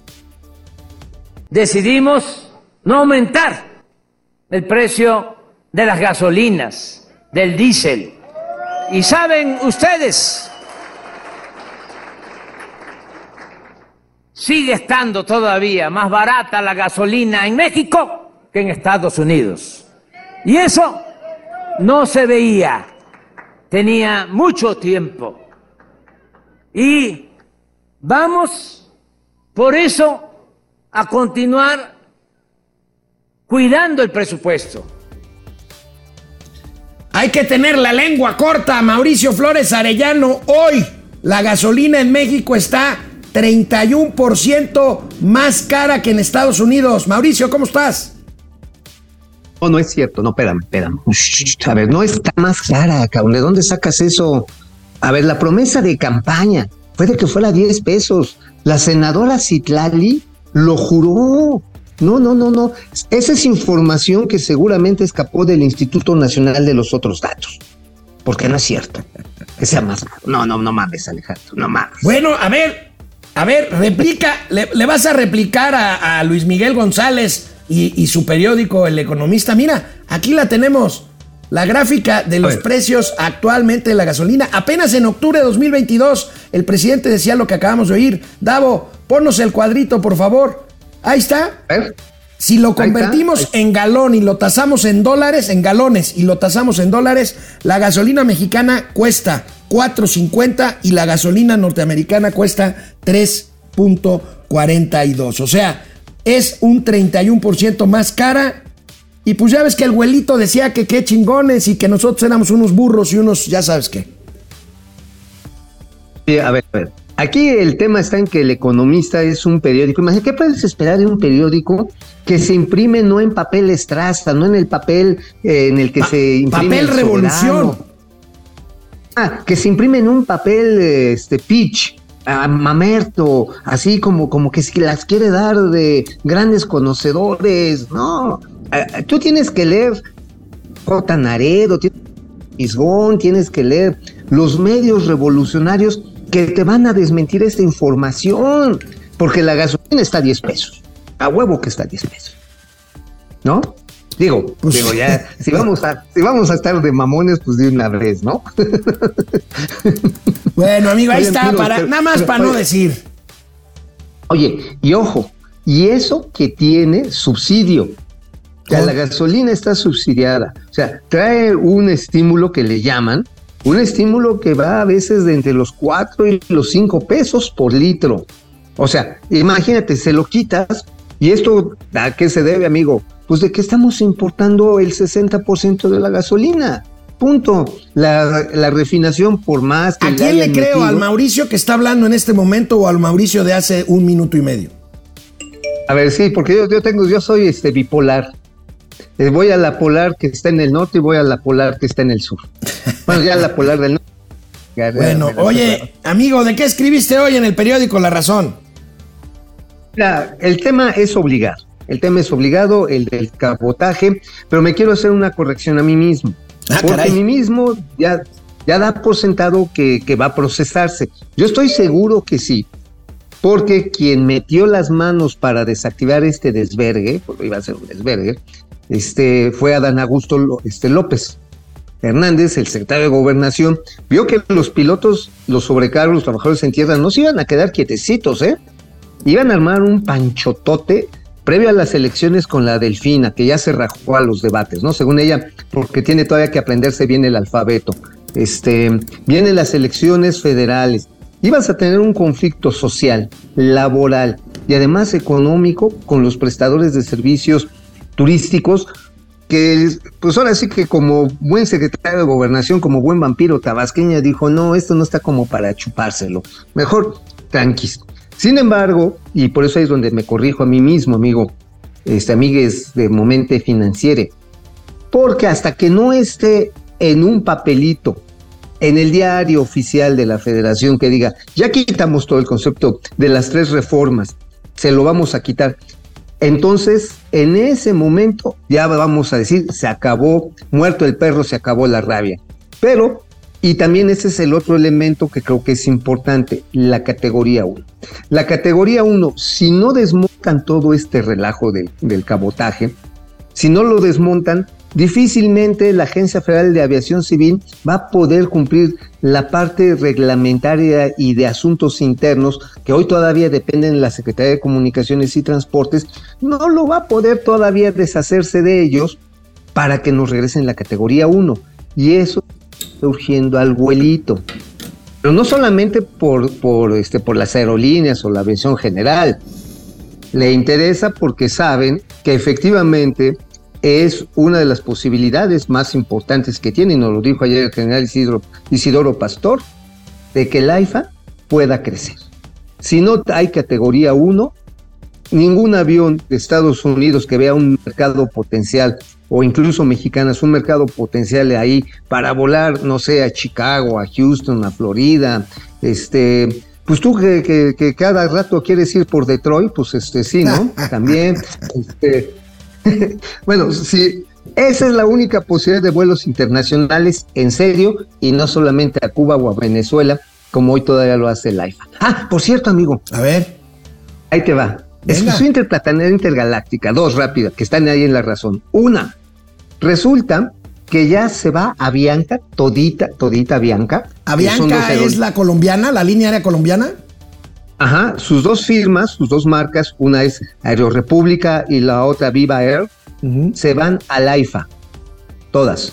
Decidimos no aumentar el precio de las gasolinas, del diésel. Y saben ustedes, sigue estando todavía más barata la gasolina en México que en Estados Unidos. Y eso no se veía, tenía mucho tiempo. Y vamos, por eso, a continuar cuidando el presupuesto. Hay que tener la lengua corta, Mauricio Flores Arellano. Hoy la gasolina en México está treinta y uno por ciento más cara que en Estados Unidos. Mauricio, ¿cómo estás? No, no es cierto. No, espérame, espérame. A ver, no está más cara, cabrón. ¿De dónde sacas eso? A ver, la promesa de campaña fue de que fuera diez pesos. La senadora Citlali lo juró. No, no, no, no. Esa es información que seguramente escapó del Instituto Nacional de los Otros Datos. Porque no es cierto. Que sea más. No, no, no mames, Alejandro, no mames. Bueno, a ver, a ver, replica, le, le vas a replicar a, a Luis Miguel González y, y su periódico El Economista. Mira, aquí la tenemos. La gráfica de los precios actualmente de la gasolina. Apenas en octubre de dos mil veintidós, el presidente decía lo que acabamos de oír. Davo, ponnos el cuadrito, por favor. Ahí está. Si lo convertimos en galón y lo tasamos en dólares, en galones y lo tasamos en dólares, la gasolina mexicana cuesta cuatro cincuenta y la gasolina norteamericana cuesta tres cuarenta y dos. O sea, es un treinta y uno por ciento más cara. Y pues ya ves que el güelito decía que qué chingones y que nosotros éramos unos burros y unos, ya sabes qué. Sí, a ver, a ver. Aquí el tema está en que El Economista es un periódico. Imagínate, ¿qué puedes esperar de un periódico que se imprime no en papel estraza, no en el papel eh, en el que pa- se imprime papel revolución? Ah, que se imprime en un papel este pitch, ah, mamerto, así como, como que las quiere dar de grandes conocedores. No, ah, tú tienes que leer J. Naredo, tienes Isgón, tienes que leer los medios revolucionarios que te van a desmentir esta información, porque la gasolina está a diez pesos, a huevo que está a diez pesos, ¿no? Digo, pues, digo ya, si vamos a, si vamos a estar de mamones, pues de una vez, ¿no? Bueno, amigo, ahí Oye, está, pero, para, pero, nada más pero, para oye, no decir. Oye, y ojo, y eso que tiene subsidio, o sea, la gasolina está subsidiada, o sea, trae un estímulo que le llaman, un estímulo que va a veces de entre los cuatro y los cinco pesos por litro. O sea, imagínate, se lo quitas, y esto, ¿a qué se debe, amigo? Pues de que estamos importando el sesenta por ciento de la gasolina. Punto. La, la refinación, por más que ¿A le quién le hayan creo? metido, ¿Al Mauricio que está hablando en este momento o al Mauricio de hace un minuto y medio? A ver, sí, porque yo, yo tengo, yo soy este bipolar. Eh, voy a la polar que está en el norte y voy a la polar que está en el sur. Bueno, ya la polar del norte. Ya, Bueno, ya, oye, amigo, ¿de qué escribiste hoy en el periódico La Razón? Mira, el tema es obligado. El tema es obligado, el del cabotaje, pero me quiero hacer una corrección a mí mismo. Ah, porque caray. a mí mismo ya, ya da por sentado que, que va a procesarse. Yo estoy seguro que sí, porque quien metió las manos para desactivar este desvergue, porque iba a ser un desvergue, este, fue Adán Augusto este, López Hernández, el secretario de Gobernación. Vio que los pilotos, los sobrecargos, los trabajadores en tierra no se iban a quedar quietecitos, ¿eh? Iban a armar un panchotote previo a las elecciones con la Delfina, que ya se rajó a los debates, ¿no? Según ella, porque tiene todavía que aprenderse bien el alfabeto. Este, vienen las elecciones federales. Ibas a tener un conflicto social, laboral y además económico con los prestadores de servicios turísticos, que pues ahora sí que como buen secretario de Gobernación, como buen vampiro tabasqueña, dijo, no, esto no está como para chupárselo, mejor tranquis. Sin embargo, y por eso ahí es donde me corrijo a mí mismo, amigo, este, amigues de Momente Financiere, porque hasta que no esté en un papelito, en el diario oficial de la Federación que diga, ya quitamos todo el concepto de las tres reformas, se lo vamos a quitar, entonces en ese momento ya vamos a decir, se acabó, muerto el perro, se acabó la rabia. Pero, y también ese es el otro elemento que creo que es importante, la categoría uno. La categoría uno, si no desmontan todo este relajo de, del cabotaje, si no lo desmontan, difícilmente la Agencia Federal de Aviación Civil va a poder cumplir la parte reglamentaria y de asuntos internos que hoy todavía dependen de la Secretaría de Comunicaciones y Transportes, no lo va a poder todavía deshacerse de ellos para que nos regresen la categoría uno. Y eso está urgiendo al vuelito. Pero no solamente por, por, este, por las aerolíneas o la aviación general. Le interesa porque saben que efectivamente es una de las posibilidades más importantes que tiene, y nos lo dijo ayer el general Isidro, Isidoro Pastor, de que el AIFA pueda crecer. Si no hay categoría uno, ningún avión de Estados Unidos que vea un mercado potencial, o incluso mexicanas, un mercado potencial ahí para volar, no sé, a Chicago, a Houston, a Florida, este, pues tú que, que, que cada rato quieres ir por Detroit, pues este sí, ¿no? También, este, bueno, sí, esa es la única posibilidad de vuelos internacionales en serio, y no solamente a Cuba o a Venezuela, como hoy todavía lo hace el AIFA. Ah, por cierto, amigo. A ver. Ahí te va. Exclusión interplanetaria intergaláctica, dos rápidas, que están ahí en la razón. Una, resulta que ya se va Avianca, todita, todita Avianca. ¿Avianca es la colombiana, la línea aérea colombiana? Ajá, sus dos firmas, sus dos marcas, una es Aerorepública y la otra Viva Air, uh-huh. se van al AIFA, todas.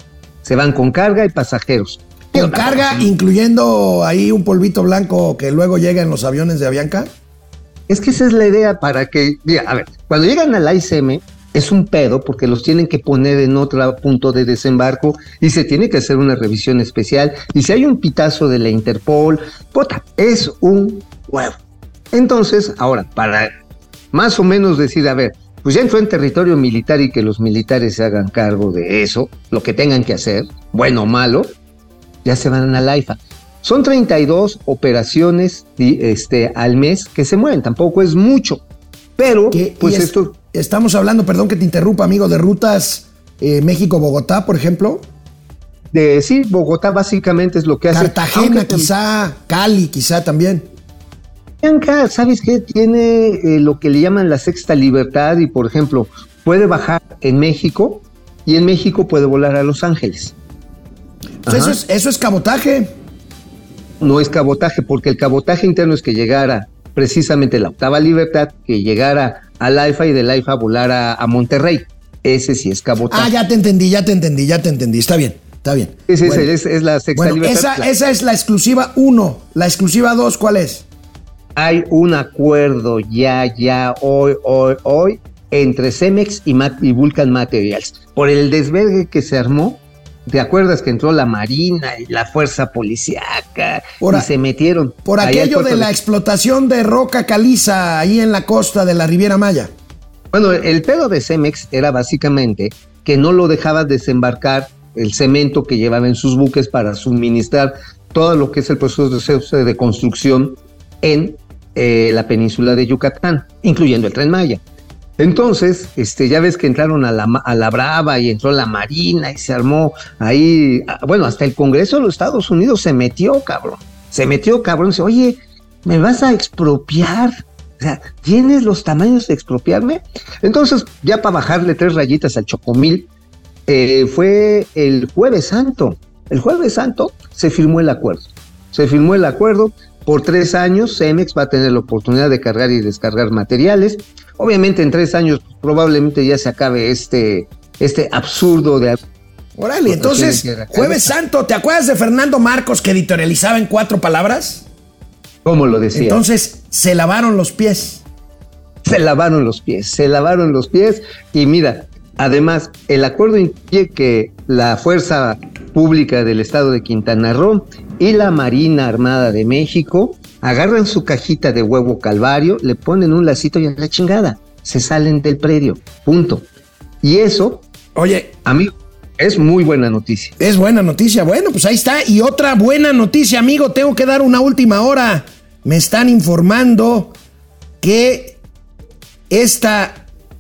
Se van con carga y pasajeros. ¿Con carga, incluyendo ahí un polvito blanco que luego llega en los aviones de Avianca? Es que esa es la idea para que, mira, a ver, cuando llegan al A I C M es un pedo porque los tienen que poner en otro punto de desembarco y se tiene que hacer una revisión especial, y si hay un pitazo de la Interpol, puta, es un huevo. Entonces, ahora, para más o menos decir, a ver, pues ya entró en territorio militar y que los militares se hagan cargo de eso, lo que tengan que hacer, bueno o malo, ya se van al AIFA. Son treinta y dos operaciones este, al mes que se mueven, tampoco es mucho, pero ¿Qué, pues es, esto... Estamos hablando, perdón que te interrumpa, amigo, de rutas eh, México-Bogotá, por ejemplo. De, sí, Bogotá básicamente es lo que hace... Cartagena aunque, quizá, Cali quizá también. Bianca, ¿sabes qué? Tiene eh, lo que le llaman la sexta libertad y, por ejemplo, puede bajar en México y en México puede volar a Los Ángeles. Pues eso, es, eso es cabotaje. No es cabotaje, porque el cabotaje interno es que llegara precisamente la octava libertad, que llegara al AIFA y del AIFA volara a Monterrey. Ese sí es cabotaje. Ah, ya te entendí, ya te entendí, ya te entendí. Está bien, está bien. Ese bueno, es, es la sexta bueno, libertad. Esa, claro. esa es la exclusiva uno. La exclusiva dos, ¿cuál es? Hay un acuerdo ya, ya, hoy, hoy, hoy, entre Cemex y, Mat- y Vulcan Materials. Por el desvergue que se armó. ¿Te acuerdas que entró la Marina y la Fuerza Policiaca por y a, se metieron? Por aquello de la de... explotación de roca caliza ahí en la costa de la Riviera Maya. Bueno, el pedo de Cemex era básicamente que no lo dejaba desembarcar el cemento que llevaban en sus buques para suministrar todo lo que es el proceso de construcción en eh, la península de Yucatán, incluyendo el Tren Maya. Entonces, este, ya ves que entraron a la, a la Brava y entró la Marina y se armó ahí, bueno, hasta el Congreso de los Estados Unidos se metió, cabrón, se metió, cabrón, dice, oye, ¿me vas a expropiar? O sea, ¿tienes los tamaños de expropiarme? Entonces, ya para bajarle tres rayitas al Chocomil, eh, fue el Jueves Santo, el Jueves Santo se firmó el acuerdo, se firmó el acuerdo, por tres años Cemex va a tener la oportunidad de cargar y descargar materiales. Obviamente en tres años probablemente ya se acabe este, este absurdo de... Órale, entonces, Jueves Santo, ¿te acuerdas de Fernando Marcos que editorializaba en cuatro palabras? ¿Cómo lo decía? Entonces, se lavaron los pies. Se lavaron los pies, se lavaron los pies y mira, además, el acuerdo incluye que la Fuerza Pública del Estado de Quintana Roo y la Marina Armada de México agarran su cajita de huevo calvario, le ponen un lacito y a la chingada. se salen del predio, punto. Y eso, Oye, amigo, es muy buena noticia. Es buena noticia. Bueno, pues ahí está. Y otra buena noticia, amigo. Tengo que dar una última hora. Me están informando que esta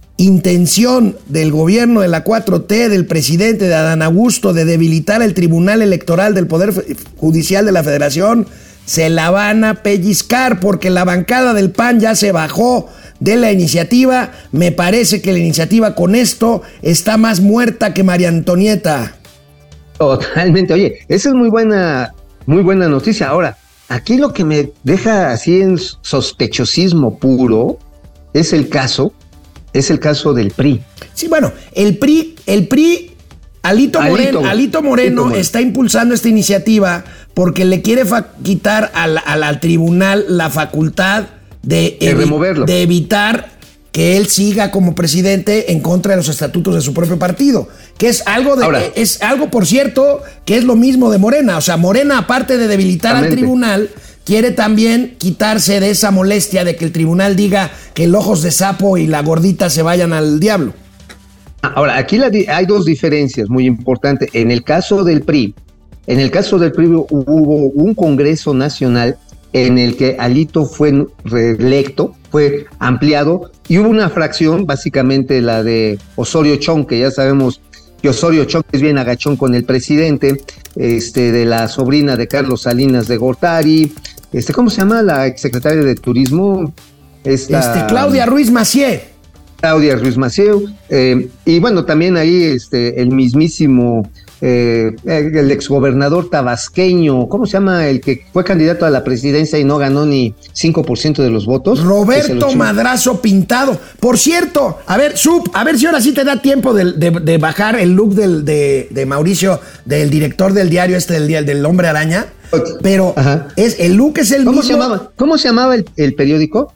intención del gobierno de la cuatro T, del presidente de Adán Augusto, de debilitar el Tribunal Electoral del Poder Judicial de la Federación, se la van a pellizcar porque la bancada del P A N ya se bajó de la iniciativa. Me parece que la iniciativa con esto está más muerta que María Antonieta. Totalmente. Oye, esa es muy buena, muy buena noticia. Ahora, aquí lo que me deja así en sospechosismo puro es el caso, es el caso del P R I. Sí, bueno, el P R I, el P R I, Alito, Alito, Moreno, Alito Moreno Alito está impulsando esta iniciativa porque le quiere fa- quitar al, al, al tribunal la facultad de, de evi- removerlo, de evitar que él siga como presidente en contra de los estatutos de su propio partido, que es algo de, Ahora, es algo, por cierto, que es lo mismo de Morena. O sea, Morena, aparte de debilitar al tribunal, quiere también quitarse de esa molestia de que el tribunal diga que el ojos de sapo y la gordita se vayan al diablo. Ahora, aquí la di- hay dos diferencias muy importantes. En el caso del P R I, en el caso del P R I hubo un Congreso Nacional en el que Alito fue reelecto, fue ampliado, y hubo una fracción, básicamente la de Osorio Chong, que ya sabemos que Osorio Chong es bien agachón con el presidente, este, de la sobrina de Carlos Salinas de Gortari, este, ¿cómo se llama la exsecretaria de Turismo? Esta, este, Claudia Ruiz Massieu. Claudia Ruiz Massieu, eh, y bueno, también ahí este, el mismísimo, eh, el exgobernador tabasqueño, ¿cómo se llama? El que fue candidato a la presidencia y no ganó ni cinco por ciento de los votos. Roberto Madrazo Pintado. Por cierto, a ver, Sub, a ver si ahora sí te da tiempo de, de, de bajar el look del, de, de Mauricio, del director del diario este, del, del Hombre Araña. Pero es, el look es el ¿Cómo mismo. Se llamaba? ¿Cómo se llamaba el, el periódico?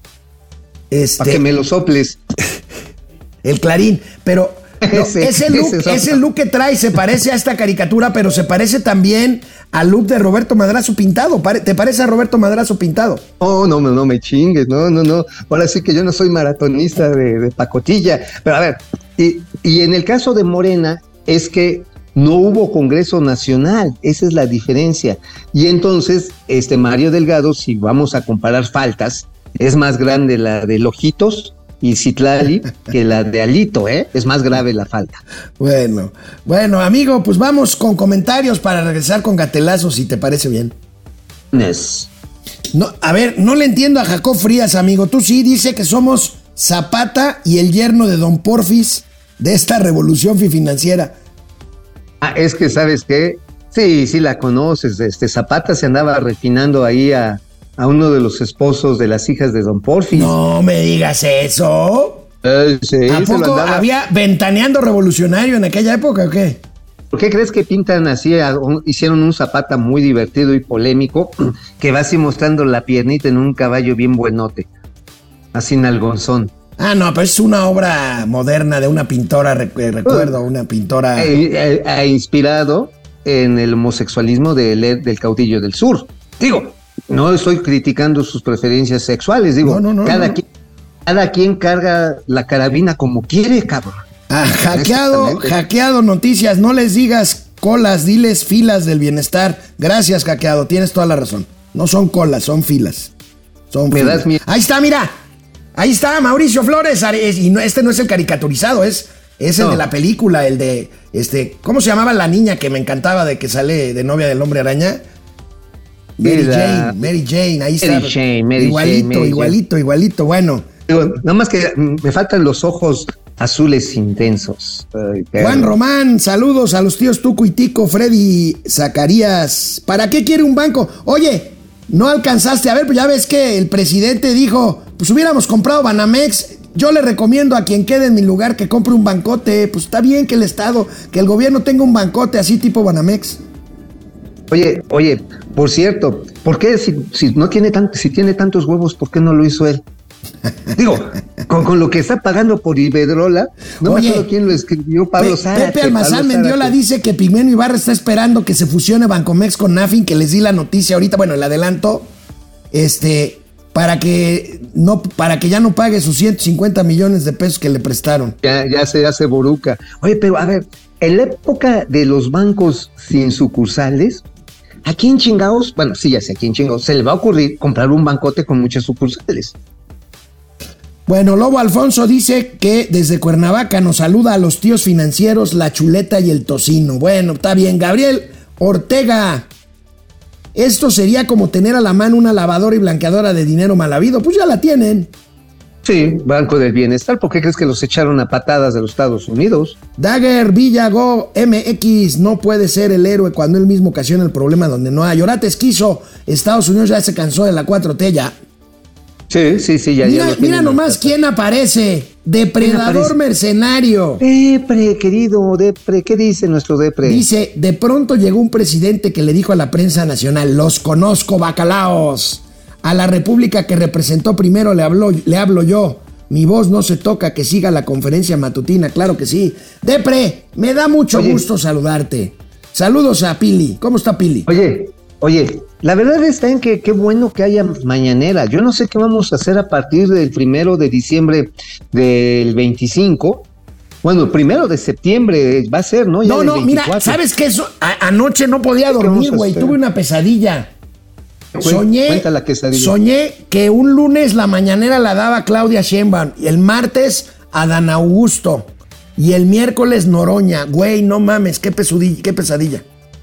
Este, Para que me lo soples. El Clarín, pero no, ese, ese, look, ese, ese look que trae se parece a esta caricatura, pero se parece también al look de Roberto Madrazo Pintado. ¿Te parece a Roberto Madrazo Pintado? Oh, no, no, no me chingues, no, no, no. Ahora sí que yo no soy maratonista de, de pacotilla. Pero a ver, y, y en el caso de Morena es que no hubo Congreso Nacional, esa es la diferencia. Y entonces, este Mario Delgado, si vamos a comparar faltas, es más grande la de Lojitos y Citlali que la de Alito, ¿eh? Es más grave la falta. Bueno, bueno, amigo, pues vamos con comentarios para regresar con Gatelazo, si te parece bien. Yes. No, a ver, no le entiendo a Jacob Frías, amigo. Tú sí, dice que somos Zapata y el yerno de Don Porfis de esta revolución financiera. Ah, es que, ¿sabes qué? Sí, sí la conoces. Este Zapata se andaba refinando ahí a... a uno de los esposos de las hijas de Don Porfis. No me digas eso. Eh, sí, ¿A poco andaba... había ventaneando revolucionario en aquella época o qué? ¿Por qué crees que pintan así? A un, hicieron un Zapata muy divertido y polémico que va así mostrando la piernita en un caballo bien buenote, así nalgonzón. Ah, no, pero es una obra moderna de una pintora, recuerdo, una pintora... Eh, eh, eh, inspirado en el homosexualismo del, del caudillo del sur. Digo, no estoy criticando sus preferencias sexuales, digo, no, no, no, cada, no. Quien, cada quien carga la carabina como quiere, cabrón. Ah, hackeado, hackeado noticias, no les digas colas, diles filas del bienestar. Gracias, hackeado, tienes toda la razón. No son colas, son filas. Son Me filas. das miedo. Ahí está, mira. Ahí está Mauricio Flores. Y no, este no es el caricaturizado, es, es el no. de la película, el de, este, ¿cómo se llamaba la niña que me encantaba de que sale de novia del Hombre Araña? Mary la... Jane, Mary Jane, ahí Mary está. Jane, Mary igualito, Jane, Mary igualito, Jane. igualito, bueno. Digo, nada más que me faltan los ojos azules intensos. Ay, Juan Román, saludos a los tíos Tuco y Tico, Freddy Zacarías. ¿Para qué quiere un banco? Oye, no alcanzaste a ver, pues ya ves que el presidente dijo, pues hubiéramos comprado Banamex. Yo le recomiendo a quien quede en mi lugar que compre un bancote. Pues está bien que el Estado, que el gobierno tenga un bancote así tipo Banamex. Oye, oye, por cierto, ¿por qué si, si no tiene tan, si tiene tantos huevos, por qué no lo hizo él? Digo, con, con lo que está pagando por Iberdrola, no Oye, me acuerdo quién lo escribió, Pablo Pe Zárate. Pepe Almazán Mendiola dice que Pigmenio Ibarra está esperando que se fusione Bancomex con Nafin, que les di la noticia ahorita, bueno, el adelanto. Este, para que no, para que ya no pague sus ciento cincuenta millones de pesos que le prestaron. Ya, ya se hace boruca. Oye, pero a ver, en la época de los bancos sin sucursales, ¿a quién chingados? Bueno, sí, ya sé, ¿a quién chingados? Se le va a ocurrir comprar un bancote con muchas sucursales. Bueno, Lobo Alfonso dice que desde Cuernavaca nos saluda a los tíos financieros, la chuleta y el tocino. Bueno, está bien. Gabriel Ortega, esto sería como tener a la mano una lavadora y blanqueadora de dinero mal habido. Pues ya la tienen. Sí, Banco del Bienestar. ¿Por qué crees que los echaron a patadas de los Estados Unidos? Dagger Villago M X no puede ser el héroe cuando él mismo ocasiona el problema donde no hay. Orate Esquizo, Estados Unidos ya se cansó de la cuatro T ya. Sí, sí, sí, ya. Mira, ya mira nomás quién aparece. Depredador aparece? mercenario. Depre, querido, Depre. ¿Qué dice nuestro Depre? Dice, de pronto llegó un presidente que le dijo a la prensa nacional, los conozco, bacalaos. A la república que representó primero le, habló, le hablo yo. Mi voz no se toca, que siga la conferencia matutina, claro que sí. Depre, me da mucho oye, gusto saludarte. Saludos a Pili. ¿Cómo está Pili? Oye, oye, la verdad está en que qué bueno que haya mañanera. Yo no sé qué vamos a hacer a partir del primero de diciembre del veinticinco. Bueno, el primero de septiembre va a ser, ¿no? Ya no, no, mira, ¿sabes qué? Eso, a, anoche no podía dormir, güey. Tuve una pesadilla. Soñé, soñé que un lunes la mañanera la daba Claudia Sheinbaum, y el martes Adán Augusto y el miércoles Noroña. Güey, no mames, qué, pesudilla, qué pesadilla.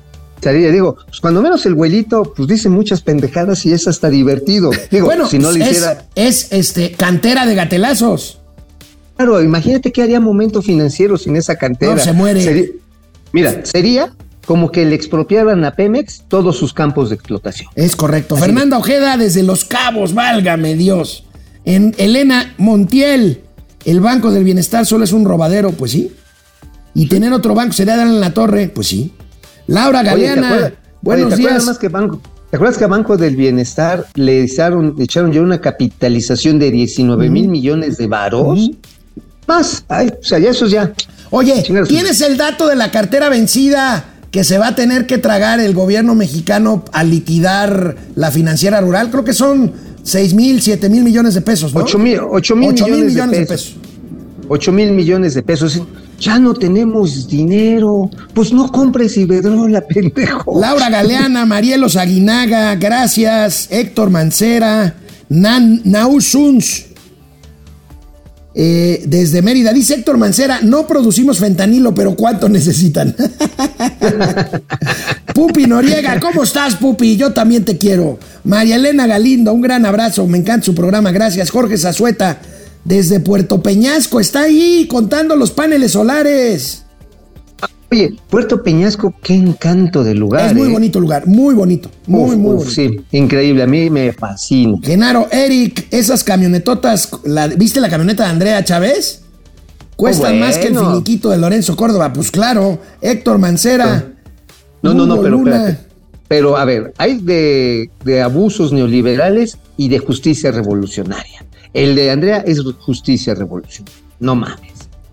Digo, pues cuando menos el güelito pues dice muchas pendejadas y es hasta divertido. Digo, bueno, si no le es, hiciera... es este cantera de gatelazos. Claro, imagínate qué haría Momento Financiero sin esa cantera. No, se muere. Sería, mira, sería como que le expropiaran a Pemex todos sus campos de explotación. Es correcto. Así Fernanda Ojeda desde Los Cabos, válgame Dios. En Elena Montiel, el Banco del Bienestar solo es un robadero, pues sí. Y tener otro banco sería darle en la torre, pues sí. Laura Galeana, oye, ¿te buenos oye, ¿te días. Más que banco, ¿Te acuerdas que a Banco del Bienestar le echaron, le echaron ya una capitalización de diecinueve mil mm. millones de varos? Mm. Más, ay, o sea, ya eso ya. Oye, ¿tienes el dato de la cartera vencida que se va a tener que tragar el gobierno mexicano al liquidar la financiera rural? Creo que son seis mil, siete mil millones de pesos, ¿no? ocho mil, ocho mil millones, millones de, pesos. de pesos. ocho mil millones de pesos. Ya no tenemos dinero. Pues no compres Iberdrola, pendejo. Laura Galeana, Marielos Aguinaga, gracias. Héctor Mancera, Nan, Nausuns. Eh, desde Mérida, dice Héctor Mancera, no producimos fentanilo, pero ¿cuánto necesitan? Pupi Noriega, ¿cómo estás, Pupi? Yo también te quiero. María Elena Galindo, un gran abrazo, me encanta su programa, gracias. Jorge Zazueta, desde Puerto Peñasco, está ahí contando los paneles solares. Oye, Puerto Peñasco, qué encanto de lugar. Es muy ¿eh? bonito lugar, muy bonito, muy, uf, muy uf, bonito. Sí, increíble, a mí me fascina. Genaro, Eric, esas camionetotas, la, ¿viste la camioneta de Andrea Chávez? Cuestan oh, bueno. más que el finiquito de Lorenzo Córdoba, pues claro. Héctor Mancera. No, no, no, no pero espérate. Pero a ver, hay de, de abusos neoliberales y de justicia revolucionaria. El de Andrea es justicia revolucionaria, no mames.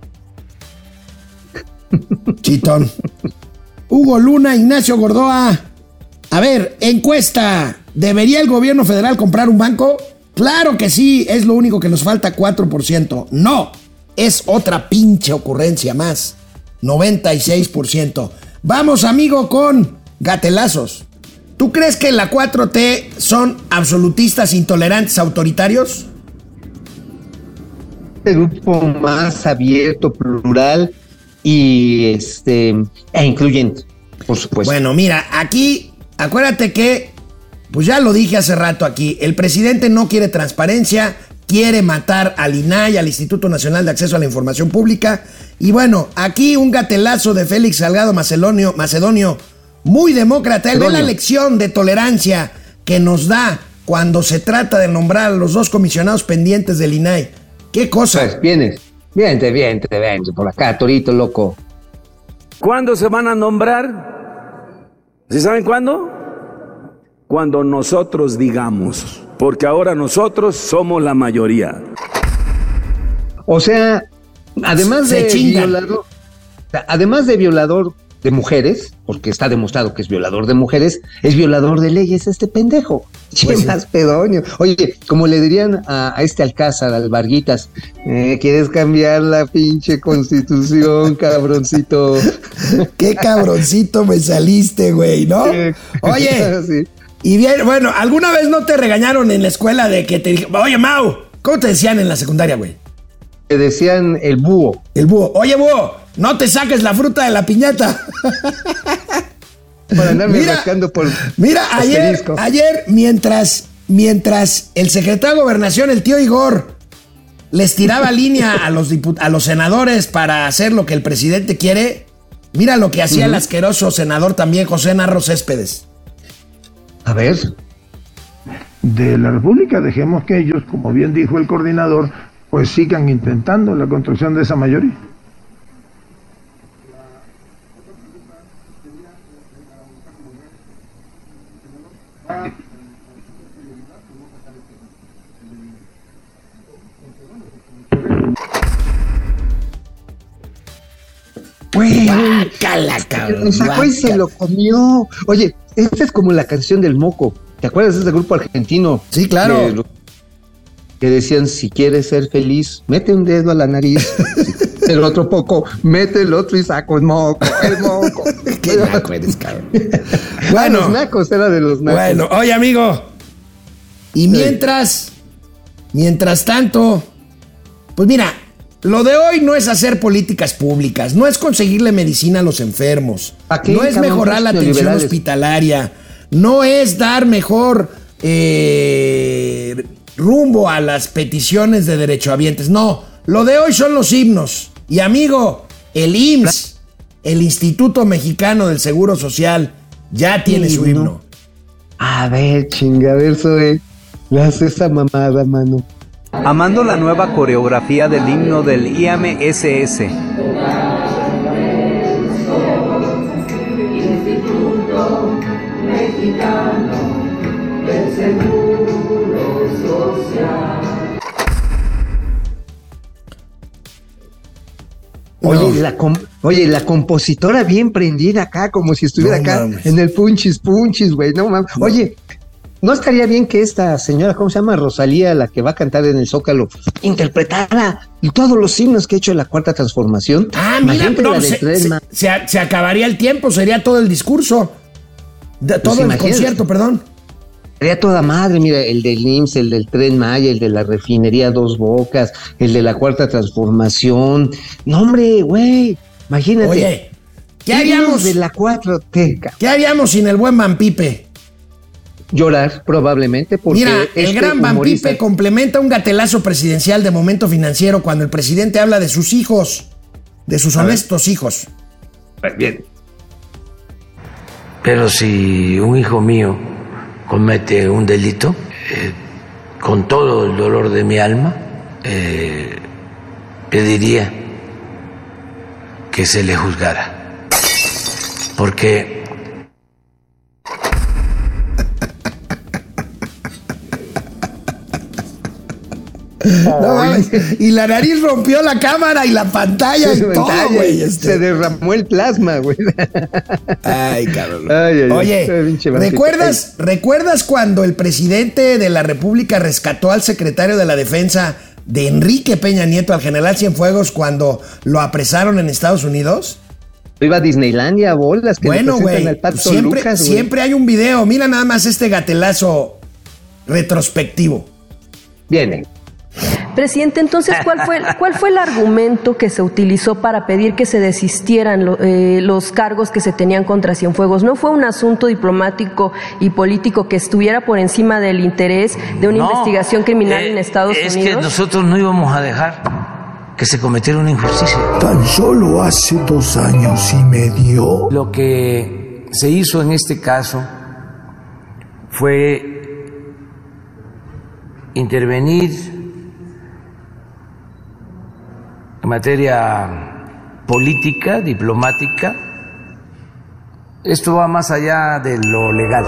Chitón. Hugo Luna, Ignacio Gordoa. A ver, encuesta. ¿Debería el gobierno federal comprar un banco? Claro que sí, es lo único que nos falta, cuatro por ciento. No, es otra pinche ocurrencia más. noventa y seis por ciento. Vamos, amigo, con gatelazos. ¿Tú crees que la cuatro T son absolutistas, intolerantes, autoritarios? El grupo más abierto, plural y este e incluyente, por supuesto. Bueno, mira, aquí, acuérdate que, pues ya lo dije hace rato aquí, el presidente no quiere transparencia, quiere matar al I N A I, al Instituto Nacional de Acceso a la Información Pública, y bueno, aquí un gatelazo de Félix Salgado Macedonio, Macedonio muy demócrata, él ve la lección de tolerancia que nos da cuando se trata de nombrar a los dos comisionados pendientes del I N A I. ¿Qué cosa? Pues vienes, viente, viente, viente, por acá, Torito, loco. ¿Cuándo se van a nombrar? ¿Sí saben cuándo? Cuando nosotros digamos, porque ahora nosotros somos la mayoría. O sea, además se de chingan. violador, además de violador de mujeres, porque está demostrado que es violador de mujeres, es violador de leyes este pendejo. Pues más sí. Pedonio. Oye, como le dirían a, a este Alcázar, al Varguitas, eh, ¿quieres cambiar la pinche constitución, cabroncito? Qué cabroncito me saliste, güey, ¿no? Oye, sí. Y bien, bueno, ¿alguna vez no te regañaron en la escuela de que te dije, oye, Mau, ¿cómo te decían en la secundaria, güey? Te decían el búho. El búho. Oye, búho, no te saques la fruta de la piñata. Para andarme mira, rascando por Mira, ayer, ayer mientras, mientras el secretario de Gobernación, el tío Igor, les tiraba línea a los, diput- a los senadores para hacer lo que el presidente quiere, mira lo que hacía uh-huh. el asqueroso senador también, José Narro Céspedes. A ver. De la República, dejemos que ellos, como bien dijo el coordinador, pues sigan intentando la construcción de esa mayoría. Güey, cala, cabrón. Lo sacó y se lo comió. Oye, esta es como la canción del Moco. ¿Te acuerdas de ese grupo argentino? Sí, claro. Que, que decían, si quieres ser feliz, mete un dedo a la nariz. El otro poco, mete el otro y saco el moco, el moco. Qué naco eres, cabrón. Bueno, ah, los nacos, era de los nacos. Bueno, oye, amigo. Y mientras, mientras tanto, pues mira, lo de hoy no es hacer políticas públicas, no es conseguirle medicina a los enfermos, no es mejorar la atención hospitalaria, no es dar mejor eh, rumbo a las peticiones de derechohabientes, no, lo de hoy son los himnos. Y amigo, el I M S S, el Instituto Mexicano del Seguro Social, ya tiene sí, su himno. No. A ver, chinga, a ver, Zoe, le hace esa mamada, mano. Amando la nueva coreografía del himno del I M S S. Instituto Mexicano del Seguro Social. Oye, no. la com- oye, la compositora bien prendida acá, como si estuviera no, acá mames. En el punchis punchis, güey, no mames. No. Oye, ¿no estaría bien que esta señora, ¿cómo se llama? Rosalía, la que va a cantar en el Zócalo, interpretara todos los himnos que ha hecho la Cuarta Transformación? Ah, mira, no, se, se, se, se acabaría el tiempo, sería todo el discurso, de, todo pues el concierto, perdón. Sería toda madre, mira, el del I M S S, el del Tren Maya, el de la refinería Dos Bocas, el de la Cuarta Transformación. No, hombre, güey, imagínate. Oye, ¿qué haríamos de la cuatro T? ¿Qué haríamos sin el buen Van Pipe? Llorar, probablemente, porque... Mira, el este gran Van humorista... Pipe complementa un gatelazo presidencial de Momento Financiero cuando el presidente habla de sus hijos, de sus honestos hijos. Bien. Pero si un hijo mío comete un delito, eh, con todo el dolor de mi alma, eh, pediría que se le juzgara. Porque... No mames, y la nariz rompió la cámara y la pantalla y todo, güey. Este. Se derramó el plasma, güey. Ay, cabrón. Ay, ay, Oye, ¿recuerdas, ¿recuerdas cuando el presidente de la República rescató al secretario de la Defensa de Enrique Peña Nieto, al general Cienfuegos, cuando lo apresaron en Estados Unidos? Iba a Disneylandia, bolas que bueno, le güey, al Pato siempre, Lucas, siempre hay un video. Mira nada más este gatelazo retrospectivo. Viene. Presidente, entonces, ¿cuál fue, cuál fue el argumento que se utilizó para pedir que se desistieran lo, eh, los cargos que se tenían contra Cienfuegos? ¿No fue un asunto diplomático y político que estuviera por encima del interés de una no, investigación criminal eh, en Estados es Unidos? Es que nosotros no íbamos a dejar que se cometiera una injusticia. Tan solo hace dos años y medio. Lo que se hizo en este caso fue intervenir en materia política, diplomática. Esto va más allá de lo legal.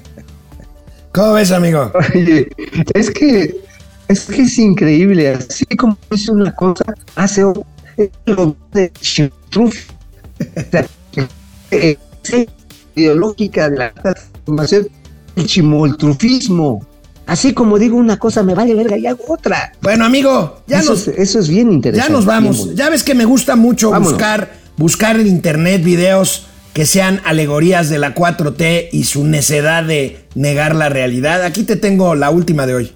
¿Cómo ves, amigo? Oye, es que es que es increíble, así dice una cosa, hace otra. Lo de chimoltrufia. Ideológica de la transformación, el chimoltrufismo. Así como digo una cosa, me vale verga y hago otra. Bueno, amigo, ya eso, nos, es, eso es bien interesante. Ya nos vamos. Ya ves que me gusta mucho buscar, buscar en internet videos que sean alegorías de la cuatro T y su necedad de negar la realidad. Aquí te tengo la última de hoy.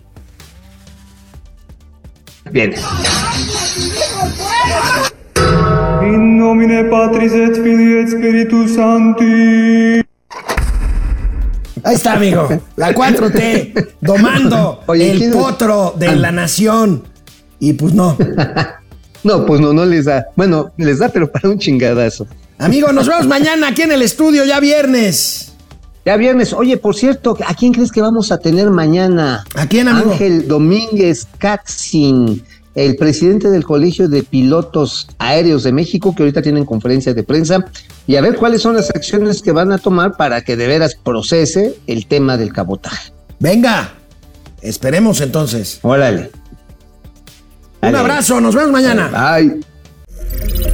Bien. In nomine Patris et Filii et Spiritus Sancti. Ahí está, amigo. La cuatro T domando Oye, el potro de ah. la nación. Y pues no. No, pues no, no les da. Bueno, les da, pero para un chingadazo. Amigo, nos vemos mañana aquí en el estudio, ya viernes. Ya viernes. Oye, por cierto, ¿a quién crees que vamos a tener mañana? ¿A quién, amigo? Ángel Domínguez Caxin, el presidente del Colegio de Pilotos Aéreos de México, que ahorita tienen conferencia de prensa, y a ver cuáles son las acciones que van a tomar para que de veras procese el tema del cabotaje. Venga, esperemos entonces. Órale. Un abrazo, nos vemos mañana. Bye.